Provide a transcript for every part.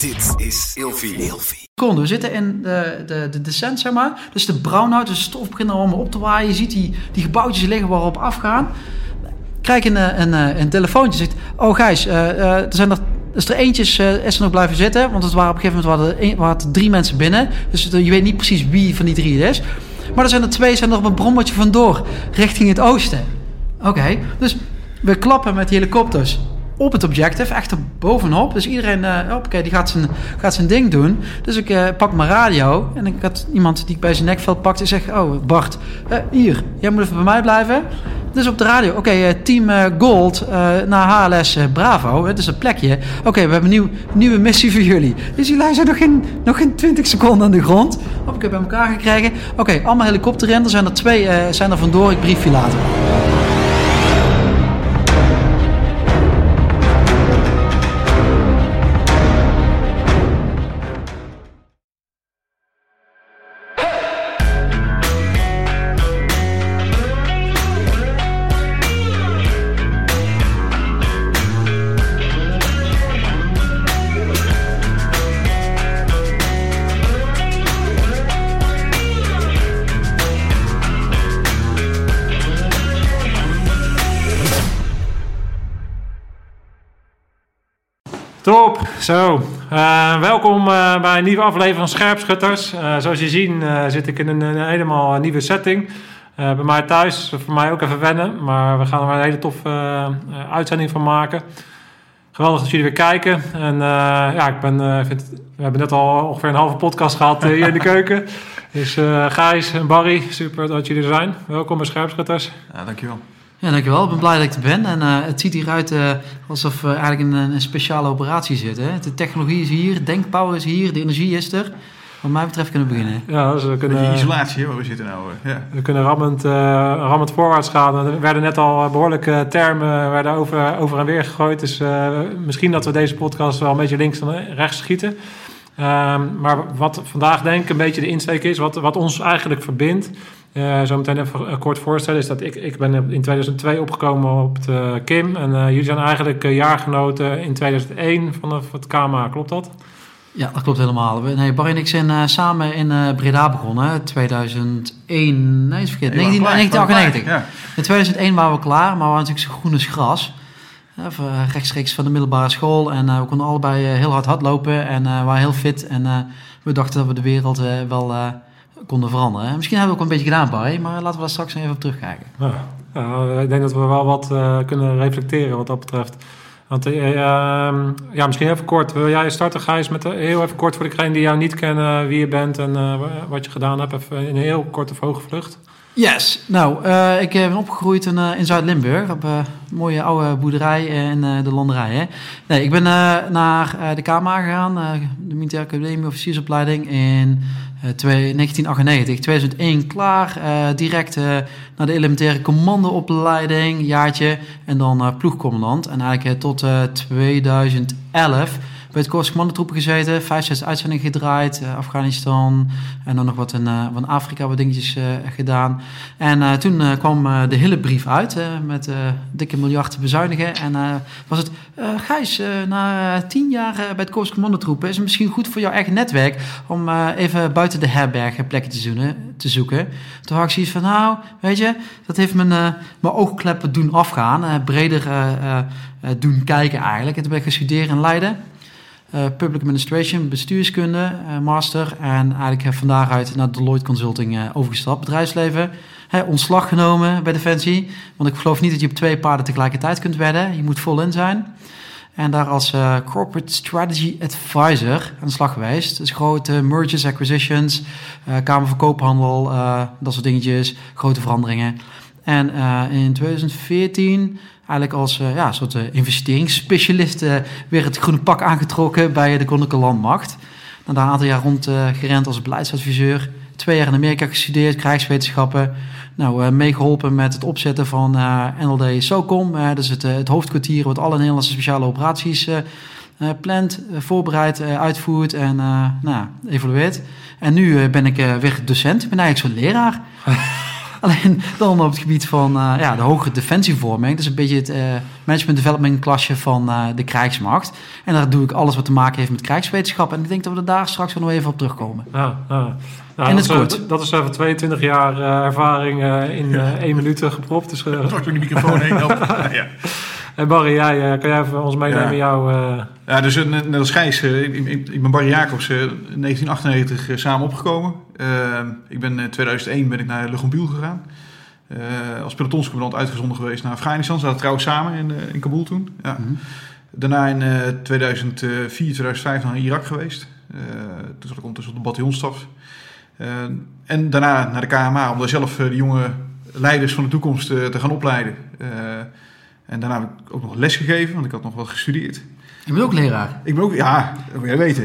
Dit is Ilfie. We zitten in de descent, zeg maar. Dus de brownhout, dus de stof begint er allemaal op te waaien. Je ziet die gebouwtjes liggen waarop afgaan. Krijg een telefoontje. Zegt, oh Gijs, is er eentjes is er nog blijven zitten. Want het waren op een gegeven moment waren 3 mensen binnen. Dus je weet niet precies wie van die 3 het is. Maar er zijn er 2 zijn er op een brommertje vandoor. Richting het oosten. Oké, dus we klappen met die helikopters op het objective, echt er bovenop. Dus iedereen, die gaat zijn ding doen. Dus ik pak mijn radio en ik had iemand die ik bij zijn nekveld pakte en zeg, oh Bart, hier, jij moet even bij mij blijven. Dus op de radio, team Gold naar HLS Bravo, het is een plekje. We hebben een nieuwe missie voor jullie. Dus die lui zijn nog geen 20 seconden aan de grond. Ik heb bij elkaar gekregen. Allemaal helikopter in, er zijn er 2 zijn er vandoor, ik brief je later. Top, zo. Welkom bij een nieuwe aflevering van Scherpschutters. Zoals je ziet zit ik in een helemaal nieuwe setting. Bij mij thuis, voor mij ook even wennen. Maar we gaan er een hele toffe uitzending van maken. Geweldig dat jullie weer kijken. En we hebben net al ongeveer een halve podcast gehad hier in de keuken. Dus Gijs en Barry, super dat jullie er zijn. Welkom bij Scherpschutters. Ja, dankjewel. Ja, dankjewel. Ik ben blij dat ik er ben. En het ziet hieruit alsof we eigenlijk in een speciale operatie zitten. Hè? De technologie is hier, denkpower is hier, de energie is er. Wat mij betreft kunnen we beginnen. Ja, dus we kunnen isolatie waar we zitten nou. Ja. We kunnen rammend voorwaarts gaan. Er werden net al behoorlijke termen over en weer gegooid. Dus misschien dat we deze podcast wel een beetje links en rechts schieten. Maar wat vandaag denk ik een beetje de insteek is, wat ons eigenlijk verbindt. Zo meteen even kort voorstellen is dat ik ben in 2002 opgekomen op het KIM. En jullie zijn eigenlijk jaargenoten in 2001 vanaf het KMA, klopt dat? Ja, dat klopt helemaal. Nee, Barry en ik zijn samen in Breda begonnen, 2001, nee, is verkeerd, 1998. Ja. In 2001 waren we klaar, maar we waren natuurlijk zo groen als gras. Rechtstreeks van de middelbare school. En we konden allebei heel hard hardlopen en waren heel fit. En we dachten dat we de wereld wel konden veranderen. Misschien hebben we ook een beetje gedaan, Barry, maar laten we daar straks even op terugkijken. Ja, ik denk dat we wel wat kunnen reflecteren wat dat betreft. Want misschien even kort. Wil jij starten, Gijs, met heel even kort voor degenen die jou niet kennen, wie je bent en wat je gedaan hebt, even in een heel korte vogelvlucht? Yes. Nou, ik ben opgegroeid in Zuid-Limburg op een mooie oude boerderij in de landerij. Hè. Nee, ik ben naar de KMA gegaan, de Militaire Academie Officiersopleiding in 1998. 2001 klaar, direct naar de elementaire commandoopleiding, jaartje, en dan ploegcommandant. En eigenlijk tot 2011 bij het Korps Commandotroepen gezeten, 5-6 uitzendingen gedraaid, Afghanistan en dan nog wat van Afrika, wat dingetjes gedaan. En toen kwam de Hillebrief uit met dikke miljard te bezuinigen. En was het, Gijs, na 10 jaar bij het Korps Commandotroepen is het misschien goed voor jouw eigen netwerk om even buiten de herberg plekken te zoeken. Toen had ik zoiets van, nou, weet je, dat heeft mijn oogkleppen doen afgaan, breder doen kijken eigenlijk. En toen ben ik gaan studeren in Leiden. Public Administration, bestuurskunde, master. En eigenlijk van daaruit naar Deloitte Consulting overgestapt. Bedrijfsleven, ontslag genomen bij Defensie. Want ik geloof niet dat je op 2 paarden tegelijkertijd kunt wedden. Je moet vol in zijn. En daar als Corporate Strategy Advisor aan de slag geweest. Dus grote mergers, acquisitions, Kamer van Koophandel, dat soort dingetjes. Grote veranderingen. En in 2014... eigenlijk als soort investeringsspecialist weer het groene pak aangetrokken bij de Koninklijke Landmacht. En daar een aantal jaar rondgerend als beleidsadviseur. 2 jaar in Amerika gestudeerd, krijgswetenschappen. Meegeholpen met het opzetten van NLD SOCOM. Dus het hoofdkwartier wat alle Nederlandse speciale operaties plant, voorbereidt, uitvoert en evalueert. En nu ben ik weer docent. Ik ben eigenlijk zo'n leraar. Alleen dan op het gebied van de hogere defensievorming. Dat is een beetje het management development klasje van de krijgsmacht. En daar doe ik alles wat te maken heeft met krijgswetenschap. En ik denk dat we daar straks wel nog even op terugkomen. Nou, dat is even 22 jaar ervaring in 1 minuut gepropt. Dus, Toch door die microfoon heen helpen. Ja. En Barry, kan jij even ons meenemen in jouw... Ja, dus net als Gijs, ik ben Barry Jacobs, in 1998 samen opgekomen. Ik ben in 2001 ben ik naar Le Gombiel gegaan. Als pelotonscommandant uitgezonden geweest naar Afghanistan. Ze zaten trouwens samen in Kabul toen. Ja. Mm-hmm. Daarna in 2004, 2005 naar Irak geweest. Toen zat ik ondertussen op de bataljonsstaf. En daarna naar de KMA om daar zelf de jonge leiders van de toekomst te gaan opleiden. En daarna heb ik ook nog les gegeven, want ik had nog wat gestudeerd. Je bent ook leraar? Ik ben ook, ja, dat moet jij weten.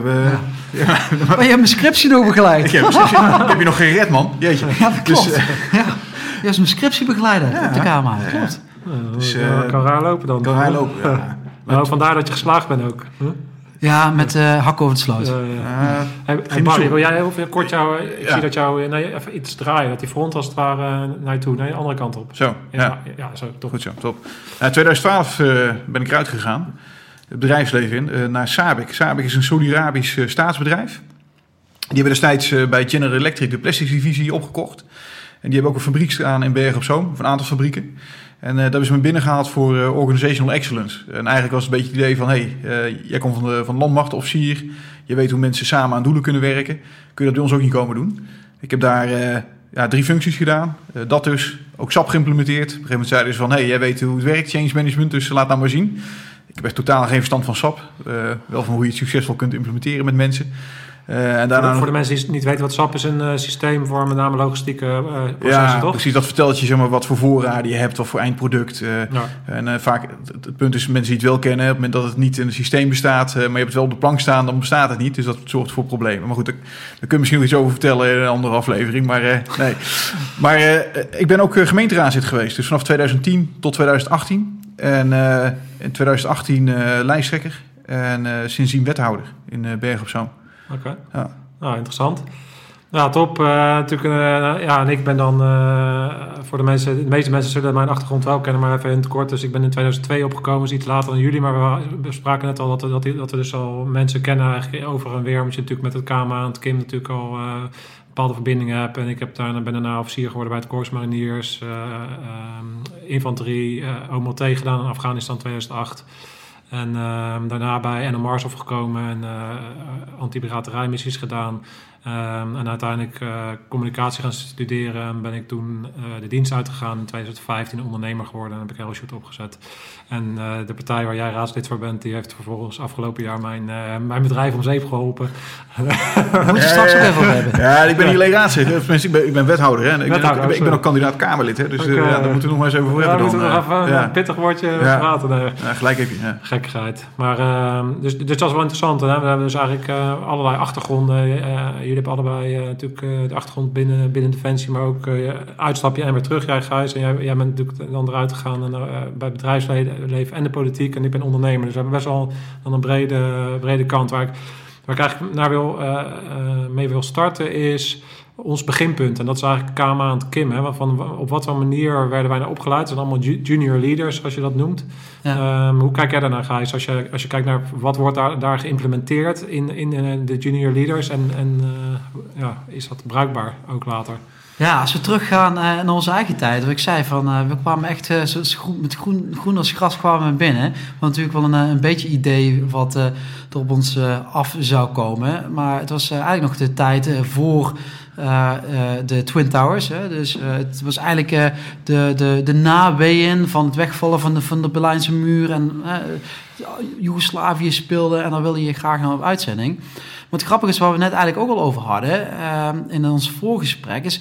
Maar je hebt mijn scriptie nog begeleid. Ik heb je nog gered, man. Jeetje. Ja, dat klopt. Dus, je was mijn scriptiebegeleider op de KMA, dat klopt. Dus, kan raar lopen dan. Kan raar lopen, ja. Maar vandaar dat je geslaagd bent ook. Huh? Ja, met hak over de sloot. Barry, wil jij heel kort jou... Ik zie dat jou... even iets draaien. Dat die front als het ware naar je toe. Nee, de andere kant op. Zo, ja, zo. Top. Goed zo, top. In 2012 ben ik eruit gegaan. Het bedrijfsleven in. Naar SABIC. SABIC is een Saudi-Arabisch staatsbedrijf. Die hebben destijds bij General Electric de plastics-divisie opgekocht. En die hebben ook een fabriek staan in Bergen op Zoom. Of een aantal fabrieken. En daar hebben ze me binnengehaald voor organizational excellence. En eigenlijk was het een beetje het idee van... jij komt van landmachtofficier. Je weet hoe mensen samen aan doelen kunnen werken. Kun je dat bij ons ook niet komen doen? Ik heb daar 3 functies gedaan. Dat dus. Ook SAP geïmplementeerd. Op een gegeven moment zeiden ze van... jij weet hoe het werkt, change management. Dus laat nou maar zien. Ik heb echt totaal geen verstand van SAP. Wel van hoe je het succesvol kunt implementeren met mensen. En daarna voor de mensen die niet weten wat SAP is, een systeem voor met name logistieke processen, toch? Precies. Dat vertelt je zeg maar, wat voor voorraden je hebt, wat voor eindproduct. En vaak, het punt is, mensen die het wel kennen, op het moment dat het niet in een systeem bestaat, maar je hebt het wel op de plank staan, dan bestaat het niet. Dus dat zorgt voor problemen. Maar goed, daar kun je misschien nog iets over vertellen in een andere aflevering. Maar nee. Maar ik ben ook gemeenteraadslid geweest. Dus vanaf 2010 tot 2018. En in 2018 lijsttrekker. En sindsdien wethouder in Bergen op Zoom. Oké. Ja. Nou, interessant. Ja, top. En ik ben dan voor de meeste mensen zullen mijn achtergrond wel kennen, maar even in het kort. Dus ik ben in 2002 opgekomen, is iets later dan jullie, maar we spraken net al dat we dus al mensen kennen eigenlijk over en weer, omdat je natuurlijk met het KMA en het KIM natuurlijk al bepaalde verbindingen hebt. En ik ben daarna officier geworden bij het Korps Mariniers, infanterie, OMLT gedaan in Afghanistan 2008. En daarna bij NMR's opgekomen en anti-piraterijmissies gedaan. En uiteindelijk communicatie gaan studeren. En ben ik toen de dienst uitgegaan. In 2015 ondernemer geworden en heb ik Hellshoot opgezet. En de partij waar jij raadslid voor bent, die heeft vervolgens afgelopen jaar mijn bedrijf om zeep geholpen. Moet je straks ook even hebben. Ja, ik ben niet alleen raadslid. Ik ben wethouder. Hè. Ik ben ook kandidaat Kamerlid. Hè. Dus daar moeten we nog maar eens over hebben. Ja, moeten we nog even een pittig woordje praten. Ja, gelijk heb je. Ja. Gekkigheid. Maar dus dat is wel interessant. Hè. We hebben dus eigenlijk allerlei achtergronden. Jullie hebben allebei natuurlijk de achtergrond binnen Defensie, maar ook uitstapje en weer terug. Jij, Gijs, en jij bent natuurlijk dan eruit gegaan en, bij het bedrijfsleven en de politiek. En ik ben ondernemer. Dus we hebben best wel een brede kant. Waar ik eigenlijk mee wil starten is ons beginpunt. En dat is eigenlijk KMA en het KIM. Hè, op wat voor manier werden wij nou opgeleid? Het zijn allemaal junior leaders, zoals je dat noemt. Ja. Hoe kijk jij daarnaar, Gijs? Als je kijkt naar wat wordt daar geïmplementeerd in de junior leaders. En is dat bruikbaar ook later? Ja, als we teruggaan naar onze eigen tijd. Wat ik zei, we kwamen echt met groen als gras kwamen we binnen. We hadden natuurlijk wel een beetje idee wat er op ons af zou komen. Maar het was eigenlijk nog de tijd voor de Twin Towers. Hè. Dus het was eigenlijk de naweeën van het wegvallen van de Berlijnse muur. En Joegoslavië speelde en daar wilde je graag naar op uitzending. Wat grappig is, waar we net eigenlijk ook al over hadden in ons voorgesprek, is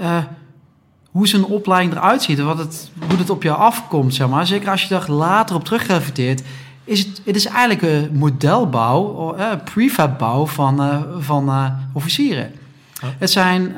hoe zo'n opleiding eruit ziet en hoe het op jou afkomt. Zeg maar. Zeker als je daar later op terugreflecteert, het is eigenlijk een modelbouw, prefabbouw van officieren. Ja. Het zijn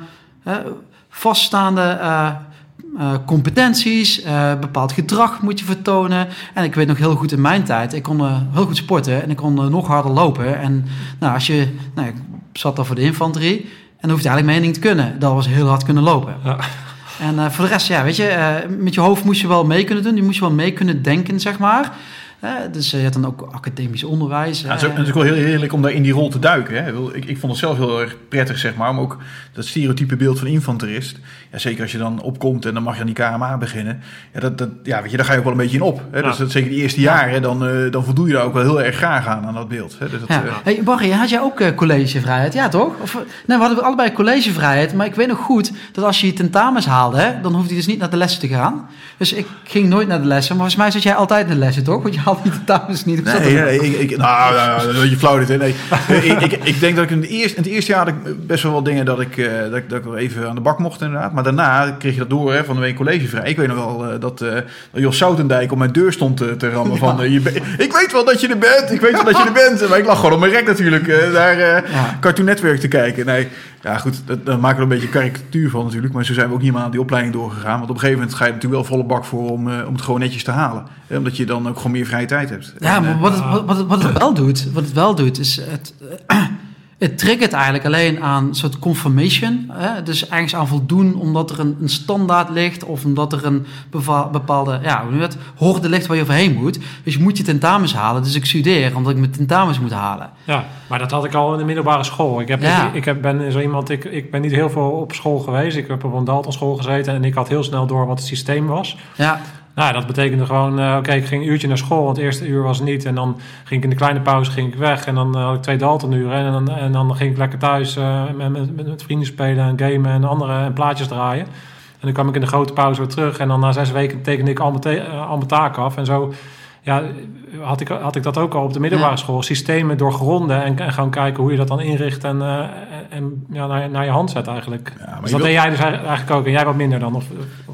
vaststaande competenties, bepaald gedrag moet je vertonen. En ik weet nog heel goed in mijn tijd, ik kon heel goed sporten en ik kon nog harder lopen. En ik zat daar voor de infanterie en dan hoefde eigenlijk maar één ding te kunnen. Dat was heel hard kunnen lopen. Ja. En voor de rest, ja, weet je, met je hoofd moest je wel mee kunnen doen. Je moest je wel mee kunnen denken, zeg maar. Dus je had dan ook academisch onderwijs. Ja, het is natuurlijk wel heel heerlijk om daar in die rol te duiken. Hè. Ik vond het zelf heel erg prettig, zeg maar. Maar ook dat stereotype beeld van infanterist. Ja, zeker als je dan opkomt en dan mag je aan die KMA beginnen. Ja, weet je, daar ga je ook wel een beetje in op. Hè. Ja. Dus dat zeker die eerste jaren, dan voldoe je daar ook wel heel erg graag aan dat beeld. Hè. Dus dat, Hey, Barry, had jij ook collegevrijheid? Ja, toch? Nee, we hadden allebei collegevrijheid. Maar ik weet nog goed dat als je je tentamens haalde, hè, dan hoefde je dus niet naar de lessen te gaan. Dus ik ging nooit naar de lessen. Maar volgens mij zat jij altijd in de lessen, toch? Want je haalde die tentamens niet. Nou, dat je flauw dit, hè. Nee. Ik denk dat ik in het eerste jaar had ik best wel wat dingen dat ik wel even aan de bak mocht, inderdaad. Maar daarna kreeg je dat door, hè, van de week collegevrij. Ik weet nog wel dat Jos Soutendijk op mijn deur stond te rammen van... ik weet wel dat je er bent, ik weet wel dat je er bent. Maar ik lag gewoon op mijn rek natuurlijk, naar Cartoon Network te kijken. Nee, ja goed, daar maken we een beetje karikatuur van natuurlijk. Maar zo zijn we ook niet meer aan die opleiding doorgegaan. Want op een gegeven moment ga je natuurlijk wel volle bak voor om het gewoon netjes te halen. Omdat je dan ook gewoon meer vrije tijd hebt. Ja, maar wat het wel doet, is het triggert eigenlijk alleen aan een soort confirmation. Hè? Dus ergens aan voldoen omdat er een standaard ligt of omdat er een bepaalde horde ligt waar je overheen moet. Dus je moet je tentamens halen. Dus ik studeer omdat ik mijn tentamens moet halen. Ja, maar dat had ik al in de middelbare school. Ik ben zo iemand, ik ben niet heel veel op school geweest. Ik heb op een Dalton school gezeten en ik had heel snel door wat het systeem was. Ja. Nou, dat betekende gewoon, ik ging een uurtje naar school, want het eerste uur was niet. En dan ging ik in de kleine pauze weg en dan had ik 2 Daltonuren. En dan ging ik lekker thuis met vrienden spelen en gamen en plaatjes draaien. En dan kwam ik in de grote pauze weer terug. En dan na 6 weken tekende ik al mijn taken af. En zo had ik dat ook al op de middelbare school. Systemen doorgronden en gaan kijken hoe je dat dan inricht en naar je hand zet eigenlijk. Ja, dus dat deed jij dus eigenlijk ook en jij wat minder dan?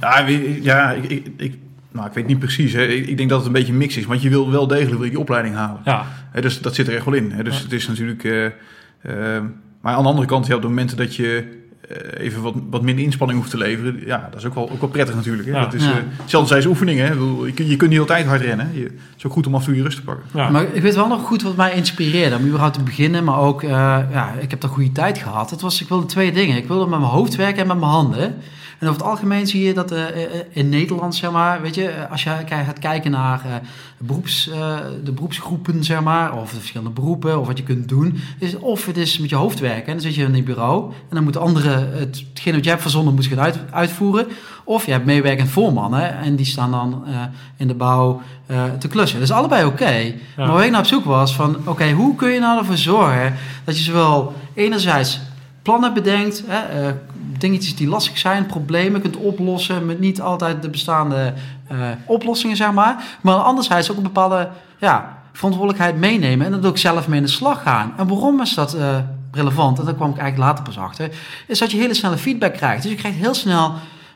Ik weet niet precies. Hè. Ik denk dat het een beetje een mix is. Want je wil wel degelijk je opleiding halen. Ja. Dus dat zit er echt wel in. Hè. Dus het is natuurlijk... maar aan de andere kant, op de momenten dat je even wat minder inspanning hoeft te leveren... Ja, dat is ook wel prettig natuurlijk. Hè. Ja. Dat is hetzelfde als oefeningen. Hè. Je kunt niet altijd hard rennen. Het is ook goed om af en toe je rust te pakken. Ja. Maar ik weet wel nog goed wat mij inspireerde. Om überhaupt te beginnen. Maar ook, ik heb daar goede tijd gehad. Ik wilde 2 dingen. Ik wilde met mijn hoofd werken en met mijn handen. En over het algemeen zie je dat in Nederland, zeg maar, weet je, als je gaat kijken naar de beroepsgroepen, zeg maar, of de verschillende beroepen, of wat je kunt doen, is of het is met je hoofd werken. En dan zit je in een bureau en dan moeten anderen hetgeen wat jij hebt verzonnen moet gaan uitvoeren. Of je hebt meewerkend voormannen en die staan dan in de bouw te klussen. Dat is allebei oké. Ja. Maar waar ik naar op zoek was van, hoe kun je nou ervoor zorgen dat je zowel enerzijds plannen bedenkt, dingetjes die lastig zijn, problemen kunt oplossen met niet altijd de bestaande oplossingen, zeg maar anderzijds ook een bepaalde verantwoordelijkheid meenemen en dat ook zelf mee in de slag gaan. En waarom is dat relevant? En daar kwam ik eigenlijk later pas achter. Is dat je hele snelle feedback krijgt. Dus je krijgt heel snel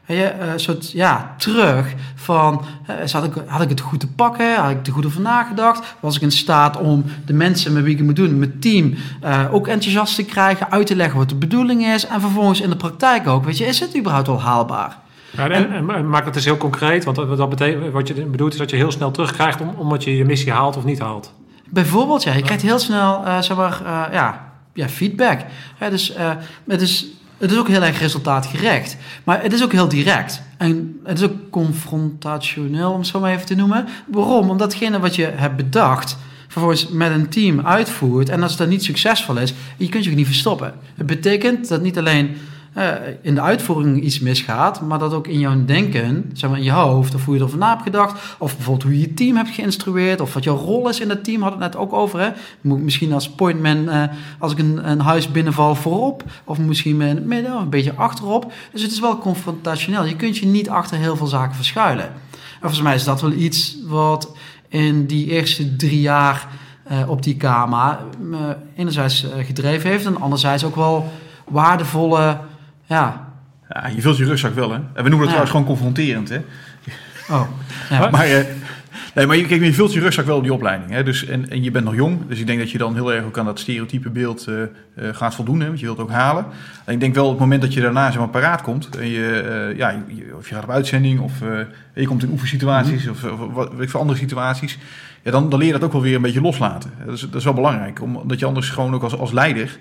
terug van had ik het goed te pakken, had ik er goed over nagedacht, was ik in staat om de mensen met wie ik het moet doen, mijn team ook enthousiast te krijgen, uit te leggen wat de bedoeling is en vervolgens in de praktijk ook, is het überhaupt wel haalbaar? Ja, en maak dat dus heel concreet, want dat betekent, wat je bedoelt is dat je heel snel terugkrijgt omdat je missie haalt of niet haalt. Bijvoorbeeld, je krijgt heel snel feedback. Het is ook heel erg resultaatgericht. Maar het is ook heel direct. En het is ook confrontationeel, om het zo maar even te noemen. Waarom? Omdat datgene wat je hebt bedacht vervolgens met een team uitvoert en als dat niet succesvol is, je kunt je ook niet verstoppen. Het betekent dat niet alleen in de uitvoering iets misgaat, maar dat ook in jouw denken, zeg maar in je hoofd, of hoe je erover na hebt gedacht, of bijvoorbeeld hoe je je team hebt geïnstrueerd, of wat jouw rol is in dat team, hadden we het net ook over. Hè? Misschien als pointman, als ik een huis binnenval voorop, of misschien in het midden, of een beetje achterop. Dus het is wel confrontationeel. Je kunt je niet achter heel veel zaken verschuilen. En volgens mij is dat wel iets wat in die eerste 3 jaar op die KMA enerzijds gedreven heeft en anderzijds ook wel waardevolle... Ja, je vult je rugzak wel, hè? En we noemen het trouwens gewoon confronterend, hè? Oh, ja. Maar je vult je rugzak wel op die opleiding, hè? Dus, en je bent nog jong, dus ik denk dat je dan heel erg ook aan dat stereotype beeld gaat voldoen, hè? Want je wilt het ook halen. En ik denk wel op het moment dat je daarna zeg maar paraat komt, en of je gaat op uitzending, of je komt in oefensituaties, of wat voor andere situaties, Ja, dan leer je dat ook wel weer een beetje loslaten. Dat is wel belangrijk, omdat je anders gewoon ook als leider...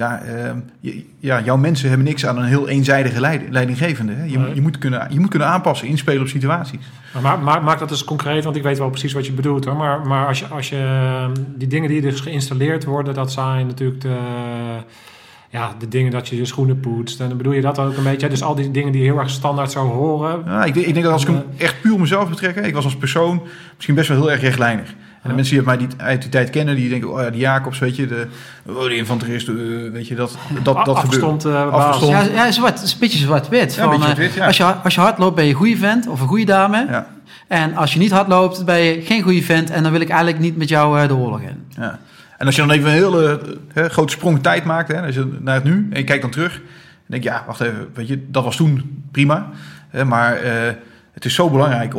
jouw mensen hebben niks aan een heel eenzijdige leidinggevende. Hè? Je moet kunnen aanpassen, inspelen op situaties. Maar maak dat eens concreet, want ik weet wel precies wat je bedoelt, hoor. Maar als je die dingen die dus geïnstalleerd worden, dat zijn natuurlijk de dingen dat je je schoenen poetst. En dan bedoel je dat ook een beetje. Dus al die dingen die heel erg standaard zo horen. Ja, ik denk dat als ik hem echt puur mezelf betrek, ik was als persoon misschien best wel heel erg rechtlijnig. En de mensen die mij uit die tijd kennen, die denken, die Jacobs, weet je, de infanterist, weet je, dat afgestond, gebeurt. Ja, zwart, het is een beetje zwart-wit. Ja, een beetje zwart-wit, ja. Als je hard loopt, ben je een goede vent of een goede dame. Ja. En als je niet hard loopt, ben je geen goede vent. En dan wil ik eigenlijk niet met jou de oorlog in. Ja. En als je dan even een hele grote sprong tijd maakt, hè, als je naar het nu, en je kijkt dan terug, dan denk je, wacht even, weet je, dat was toen prima. Maar het is zo belangrijk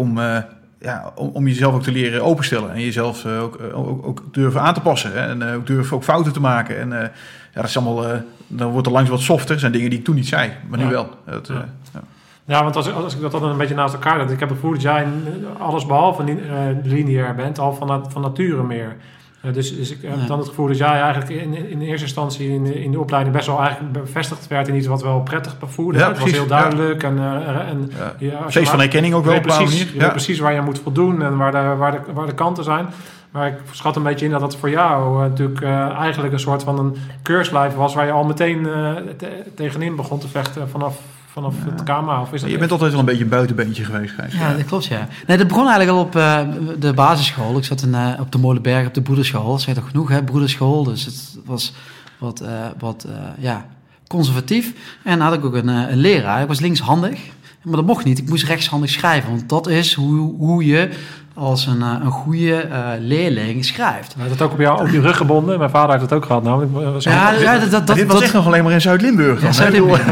om jezelf ook te leren openstellen. En jezelf ook durven aan te passen. Hè? En ook durven ook fouten te maken. En dat is allemaal... dan wordt er langs wat softer. Dat zijn dingen die ik toen niet zei. Maar nu wel. Ja, want als ik dat dan een beetje naast elkaar heb... Ik heb het gevoel dat jij alles behalve lineair bent. Al van nature meer. Dus ik heb dan het gevoel dat jij eigenlijk in eerste instantie in de opleiding best wel eigenlijk bevestigd werd in iets wat wel prettig bevoerde. Ja, het was heel duidelijk. Steeds van herkenning ook wel op een manier. Je weet precies waar je moet voldoen en waar de kanten zijn. Maar ik schat een beetje in dat voor jou natuurlijk eigenlijk een soort van een keurslijf was waar je al meteen tegenin begon te vechten vanaf het KMA. Of is dat je bent altijd wel een beetje een buitenbeentje geweest, Gijs. Ja, dat klopt, ja. Nee, dat begon eigenlijk al op de basisschool. Ik zat op de Molenberg op de broederschool. Dat zei toch genoeg, hè, broederschool. Dus het was wat conservatief. En dan had ik ook een leraar. Ik was linkshandig. Maar dat mocht niet. Ik moest rechtshandig schrijven. Want dat is hoe je als een goede leerling schrijft. Hij had dat ook op je rug gebonden. Mijn vader heeft het ook gehad. Dit was echt nog alleen maar in Zuid-Limburg. Ja, Zuid-Limburg.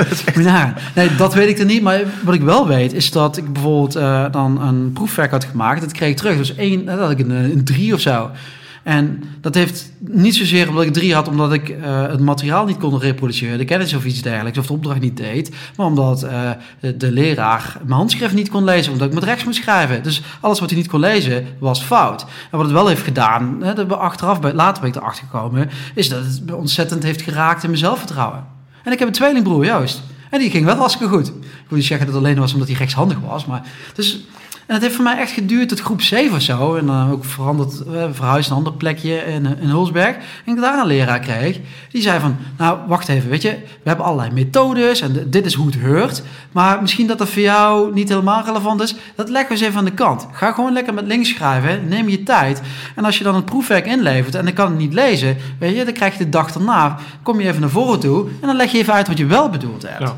Nee, dat weet ik er niet. Maar wat ik wel weet, is dat ik bijvoorbeeld dan een proefwerk had gemaakt. Dat kreeg ik terug. Dus dat had ik een 3 of zo. En dat heeft niet zozeer omdat ik 3 had, omdat ik het materiaal niet kon reproduceren, de kennis of iets dergelijks, of de opdracht niet deed, maar omdat de leraar mijn handschrift niet kon lezen, omdat ik met rechts moest schrijven. Dus alles wat hij niet kon lezen, was fout. En wat het wel heeft gedaan, later ben ik erachter gekomen, is dat het me ontzettend heeft geraakt in mijn zelfvertrouwen. En ik heb een tweelingbroer, Joost. En die ging wel hartstikke goed. Ik wil niet zeggen dat het alleen was omdat hij rechtshandig was, maar... En het heeft voor mij echt geduurd tot groep 7 of zo. En dan ook verhuisd naar een ander plekje in Hulsberg. En ik daar een leraar kreeg. Die zei van, nou, wacht even, weet je. We hebben allerlei methodes en dit is hoe het hoort. Maar misschien dat voor jou niet helemaal relevant is. Dat leggen we eens even aan de kant. Ga gewoon lekker met links schrijven. Neem je tijd. En als je dan het proefwerk inlevert en ik kan het niet lezen. Weet je, dan krijg je de dag daarna. Kom je even naar voren toe. En dan leg je even uit wat je wel bedoeld hebt. Ja.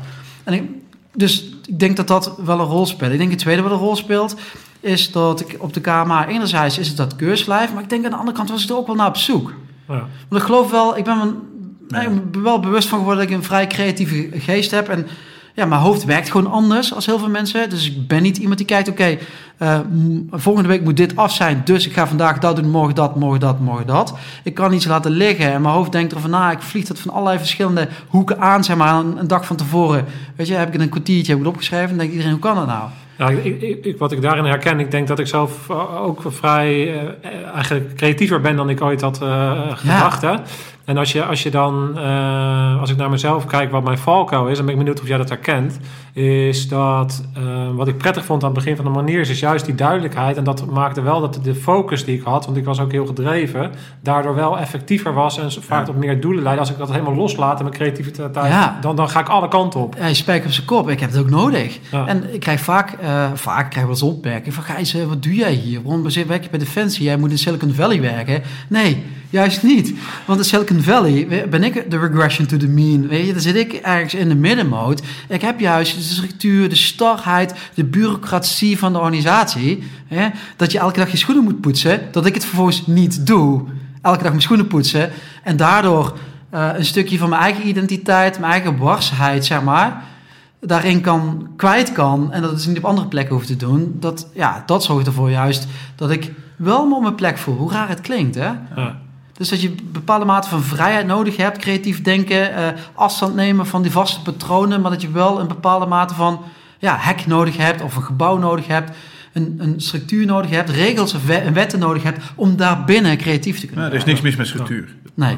Dus ik denk dat wel een rol speelt. Ik denk het tweede wat een rol speelt, is dat ik op de KMA... Enerzijds is het dat keurslijf, maar ik denk aan de andere kant was ik er ook wel naar op zoek. Ja. Want ik geloof wel, ik ben wel bewust van geworden dat ik een vrij creatieve geest heb. En ja, mijn hoofd werkt gewoon anders als heel veel mensen. Dus ik ben niet iemand die kijkt, oké, volgende week moet dit af zijn. Dus ik ga vandaag dat doen, morgen dat, morgen dat, morgen dat. Ik kan iets laten liggen en mijn hoofd denkt erover na. Ik vlieg dat van allerlei verschillende hoeken aan, zeg maar, een dag van tevoren. Weet je, heb ik een kwartiertje opgeschreven. Dan denkt iedereen, hoe kan dat nou? Ja, wat ik daarin herken, ik denk dat ik zelf ook vrij eigenlijk creatiever ben dan ik ooit had gedacht. Ja. Hè? En als ik naar mezelf kijk wat mijn valkuil is, dan ben ik benieuwd of jij dat herkent, is dat wat ik prettig vond aan het begin van de manier is juist die duidelijkheid. En dat maakte wel dat de focus die ik had, want ik was ook heel gedreven, daardoor wel effectiever was en vaak tot meer doelen leidde. Als ik dat helemaal loslaat en mijn creativiteit, dan ga ik alle kanten op. Ja, je spijker op zijn kop. Ik heb het ook nodig. Ja. En ik krijg vaak wel eens opmerkingen van, Gijs, wat doe jij hier? Waarom werk je bij Defensie? Jij moet in Silicon Valley werken. Nee, juist niet. Want in Silicon Valley ben ik de regression to the mean. Weet je, dan zit ik ergens in de middenmoot. Ik heb juist de structuur, de starheid, de bureaucratie van de organisatie. Hè, dat je elke dag je schoenen moet poetsen. Dat ik het vervolgens niet doe. Elke dag mijn schoenen poetsen. En daardoor een stukje van mijn eigen identiteit, mijn eigen warsheid, zeg maar, daarin kwijt kan. En dat het niet op andere plekken hoeft te doen. Dat zorgt ervoor juist dat ik wel me op mijn plek voel. Hoe raar het klinkt, hè? Ja. Dus dat je een bepaalde mate van vrijheid nodig hebt, creatief denken, afstand nemen van die vaste patronen, maar dat je wel een bepaalde mate van hek nodig hebt of een gebouw nodig hebt. een structuur nodig hebt, regels en wetten nodig hebt om daarbinnen creatief te kunnen Er is niks mis met structuur. Nee.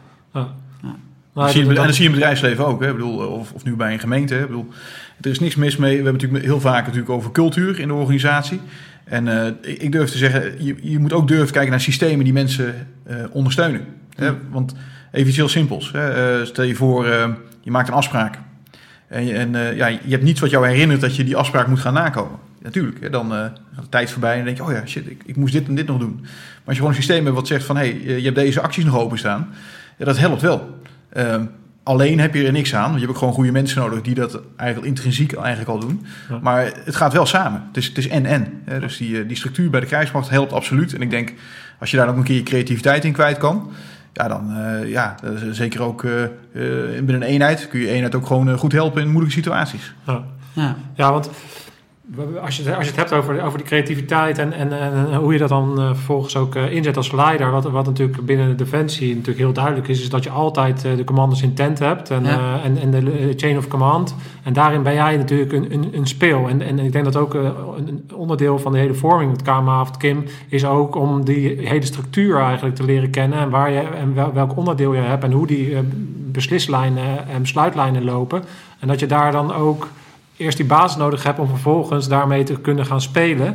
Dat zie je in het bedrijfsleven ook. Hè? Ik bedoel, of nu bij een gemeente. Hè? Ik bedoel, er is niks mis mee. We hebben natuurlijk heel vaak over cultuur in de organisatie. En ik durf te zeggen, je moet ook durven kijken naar systemen die mensen ondersteunen. Hè? Want even iets heel simpels. Hè? Stel je voor, je maakt een afspraak. En je hebt niets wat jou herinnert dat je die afspraak moet gaan nakomen. Natuurlijk, hè? Dan gaat de tijd voorbij en dan denk je, oh ja, shit, ik moest dit en dit nog doen. Maar als je gewoon een systeem hebt wat zegt van, je hebt deze acties nog openstaan. Ja, dat helpt wel. Alleen heb je er niks aan, want je hebt ook gewoon goede mensen nodig die dat eigenlijk intrinsiek al doen. Ja. Maar het gaat wel samen. Het is en. Hè? Dus die structuur bij de krijgsmacht helpt absoluut. En ik denk, als je daar ook een keer je creativiteit in kwijt kan, ja, dan zeker ook binnen een eenheid kun je eenheid ook gewoon goed helpen in moeilijke situaties. Ja, want als je het hebt over die creativiteit en hoe je dat dan vervolgens ook inzet als leider, wat natuurlijk binnen de Defensie natuurlijk heel duidelijk is dat je altijd de commanders intent hebt en de chain of command. En daarin ben jij natuurlijk een speel. En ik denk dat ook een onderdeel van de hele vorming met KMA of Kim is ook om die hele structuur eigenlijk te leren kennen en waar je en welk onderdeel je hebt en hoe die beslislijnen en besluitlijnen lopen. En dat je daar dan ook eerst die basis nodig hebt om vervolgens daarmee te kunnen gaan spelen.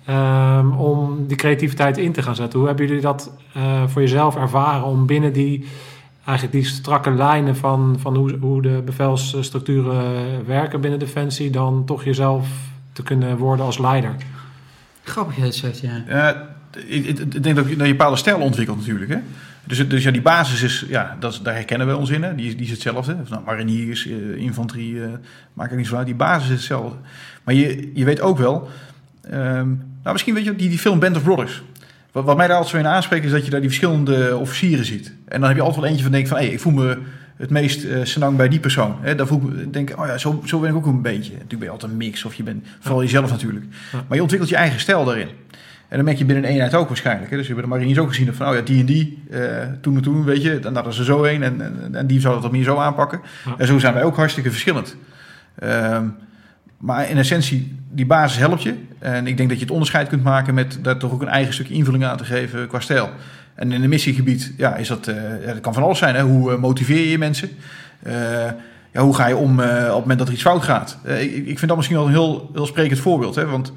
Om die creativiteit in te gaan zetten. Hoe hebben jullie dat voor jezelf ervaren om binnen die strakke lijnen van hoe de bevelsstructuren werken binnen Defensie dan toch jezelf te kunnen worden als leider? Grappig dat je zegt, ja. Ik denk dat je een bepaalde stijl ontwikkelt natuurlijk. Hè? Dus ja, die basis is, ja, daar herkennen we ons in. Hè? Die is hetzelfde. Nou, mariniers, infanterie, maakt het niet zo uit. Die basis is hetzelfde. Maar je weet ook wel, misschien weet je die film Band of Brothers. Wat mij daar altijd zo in aanspreekt is dat je daar die verschillende officieren ziet. En dan heb je altijd wel eentje van denk van, ik voel me het meest senang bij die persoon. Hè? Daar voel ik denk, zo ben ik ook een beetje. Natuurlijk ben je altijd een mix of je bent vooral jezelf natuurlijk. Maar je ontwikkelt je eigen stijl daarin. En dan merk je binnen een eenheid ook waarschijnlijk. Hè? Dus je hebt de mariniers ook gezien van, die en die, toen, weet je. Dan hadden ze zo een en die zou dat wat meer zo aanpakken. Ja. En zo zijn wij ook hartstikke verschillend. Maar in essentie, die basis helpt je. En ik denk dat je het onderscheid kunt maken met daar toch ook een eigen stukje invulling aan te geven qua stijl. En in een missiegebied, is dat kan van alles zijn. Hè? Hoe motiveer je mensen? Hoe ga je om op het moment dat er iets fout gaat? Ik vind dat misschien wel een heel sprekend voorbeeld. Hè? Want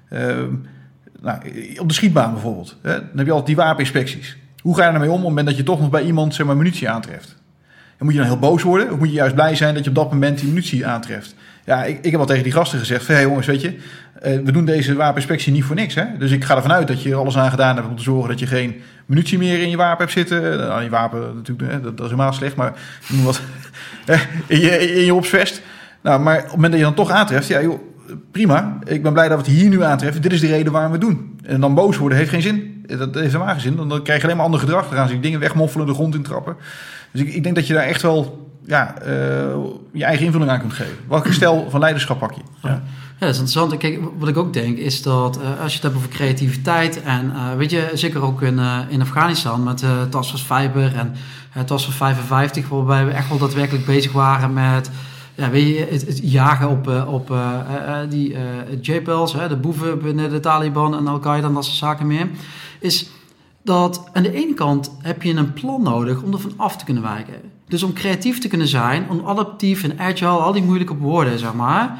op de schietbaan bijvoorbeeld, hè? Dan heb je altijd die wapeninspecties. Hoe ga je ermee om op het moment dat je toch nog bij iemand munitie aantreft? En moet je dan heel boos worden? Of moet je juist blij zijn dat je op dat moment die munitie aantreft? Ja, ik heb al tegen die gasten gezegd van, jongens, weet je, we doen deze wapeninspectie niet voor niks. Hè? Dus ik ga ervan uit dat je er alles aan gedaan hebt om te zorgen dat je geen munitie meer in je wapen hebt zitten. Je wapen natuurlijk, dat is helemaal slecht, maar noem wat in je opsvest. Maar op het moment dat je dan toch aantreft, prima, ik ben blij dat we het hier nu aantreffen. Dit is de reden waarom we het doen. En dan boos worden heeft geen zin. Dat heeft helemaal geen zin. Dan krijg je alleen maar ander gedrag. Dan gaan ze dingen wegmoffelen, de grond intrappen. Dus ik denk dat je daar echt wel je eigen invulling aan kunt geven. Welke stijl van leiderschap pak je? Ja, dat is interessant. Kijk, wat ik ook denk is dat als je het hebt over creativiteit en weet je, zeker ook in Afghanistan met Task Force Fiber en Task Force 55, waarbij we echt wel daadwerkelijk bezig waren met weet je, het jagen op die JPL's, de boeven binnen de Taliban en Al-Qaeda en dat soort zaken meer, is dat aan de ene kant heb je een plan nodig om er van af te kunnen wijken. Dus om creatief te kunnen zijn, om adaptief en agile, al die moeilijke woorden, zeg maar.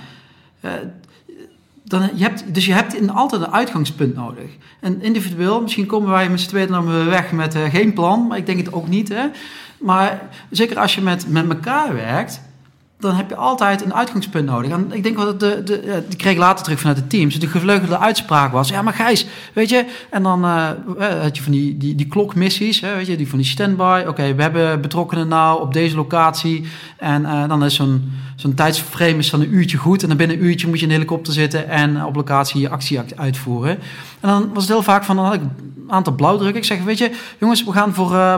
Je hebt altijd een uitgangspunt nodig. En individueel, misschien komen wij met z'n tweeën dan weg met geen plan, maar ik denk het ook niet. Hè? Maar zeker als je met elkaar werkt, dan heb je altijd een uitgangspunt nodig. En ik denk wel dat die kreeg ik later terug vanuit het team. Dus de gevleugelde uitspraak was, ja, maar Gijs, weet je. En dan had je van die klokmissies, weet je, die van die standby. Oké, we hebben betrokkenen nou op deze locatie. En dan is zo'n tijdsframe is dan een uurtje goed. En dan binnen een uurtje moet je in een helikopter zitten en op locatie je actie uitvoeren. En dan was het heel vaak dan had ik een aantal blauwdrukken. Ik zeg, weet je, jongens, we gaan voor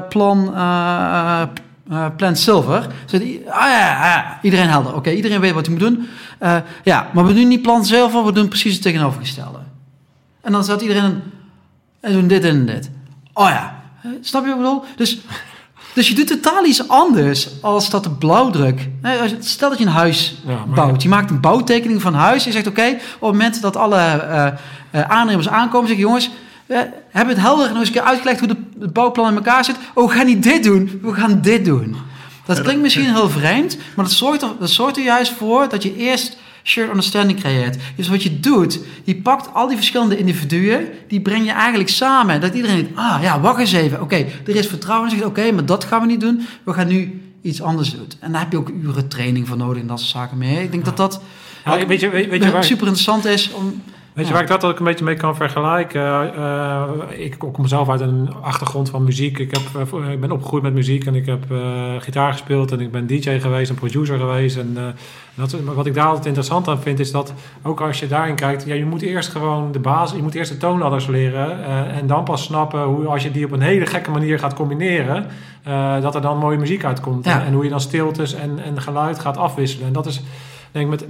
Plan Silver. Iedereen helder. Oké, iedereen weet wat hij moet doen. Maar we doen niet Plan Silver, we doen precies het tegenovergestelde. En dan zat iedereen en doen dit en dit. Snap je wat ik bedoel? Dus Dus je doet totaal iets anders als dat de blauwdruk. Stel dat je een huis bouwt. Je maakt een bouwtekening van een huis. Je zegt, oké, op het moment dat alle aannemers aankomen, zeg je, jongens, we hebben het helder nog eens een keer uitgelegd hoe het bouwplan in elkaar zit. Oh, we gaan niet dit doen, we gaan dit doen. Dat klinkt misschien heel vreemd, maar dat zorgt er juist voor dat je eerst shared understanding creëert. Dus wat je doet, je pakt al die verschillende individuen, die breng je eigenlijk samen. Dat iedereen denkt, wacht eens even. Oké, er is vertrouwen. En zegt, oké, maar dat gaan we niet doen. We gaan nu iets anders doen. En daar heb je ook uren training voor nodig en dat soort zaken mee. Ik denk dat weet je waar super interessant is om... Weet je waar ik dat ook een beetje mee kan vergelijken? Ik kom mezelf uit een achtergrond van muziek. Ik ben opgegroeid met muziek en ik heb gitaar gespeeld en ik ben DJ geweest en producer geweest. Wat ik daar altijd interessant aan vind is dat, ook als je daarin kijkt, je moet eerst gewoon de basis, je moet eerst de toonladders leren en dan pas snappen hoe, als je die op een hele gekke manier gaat combineren, dat er dan mooie muziek uitkomt. Ja. En hoe je dan stiltes en geluid gaat afwisselen. En dat is... Ik denk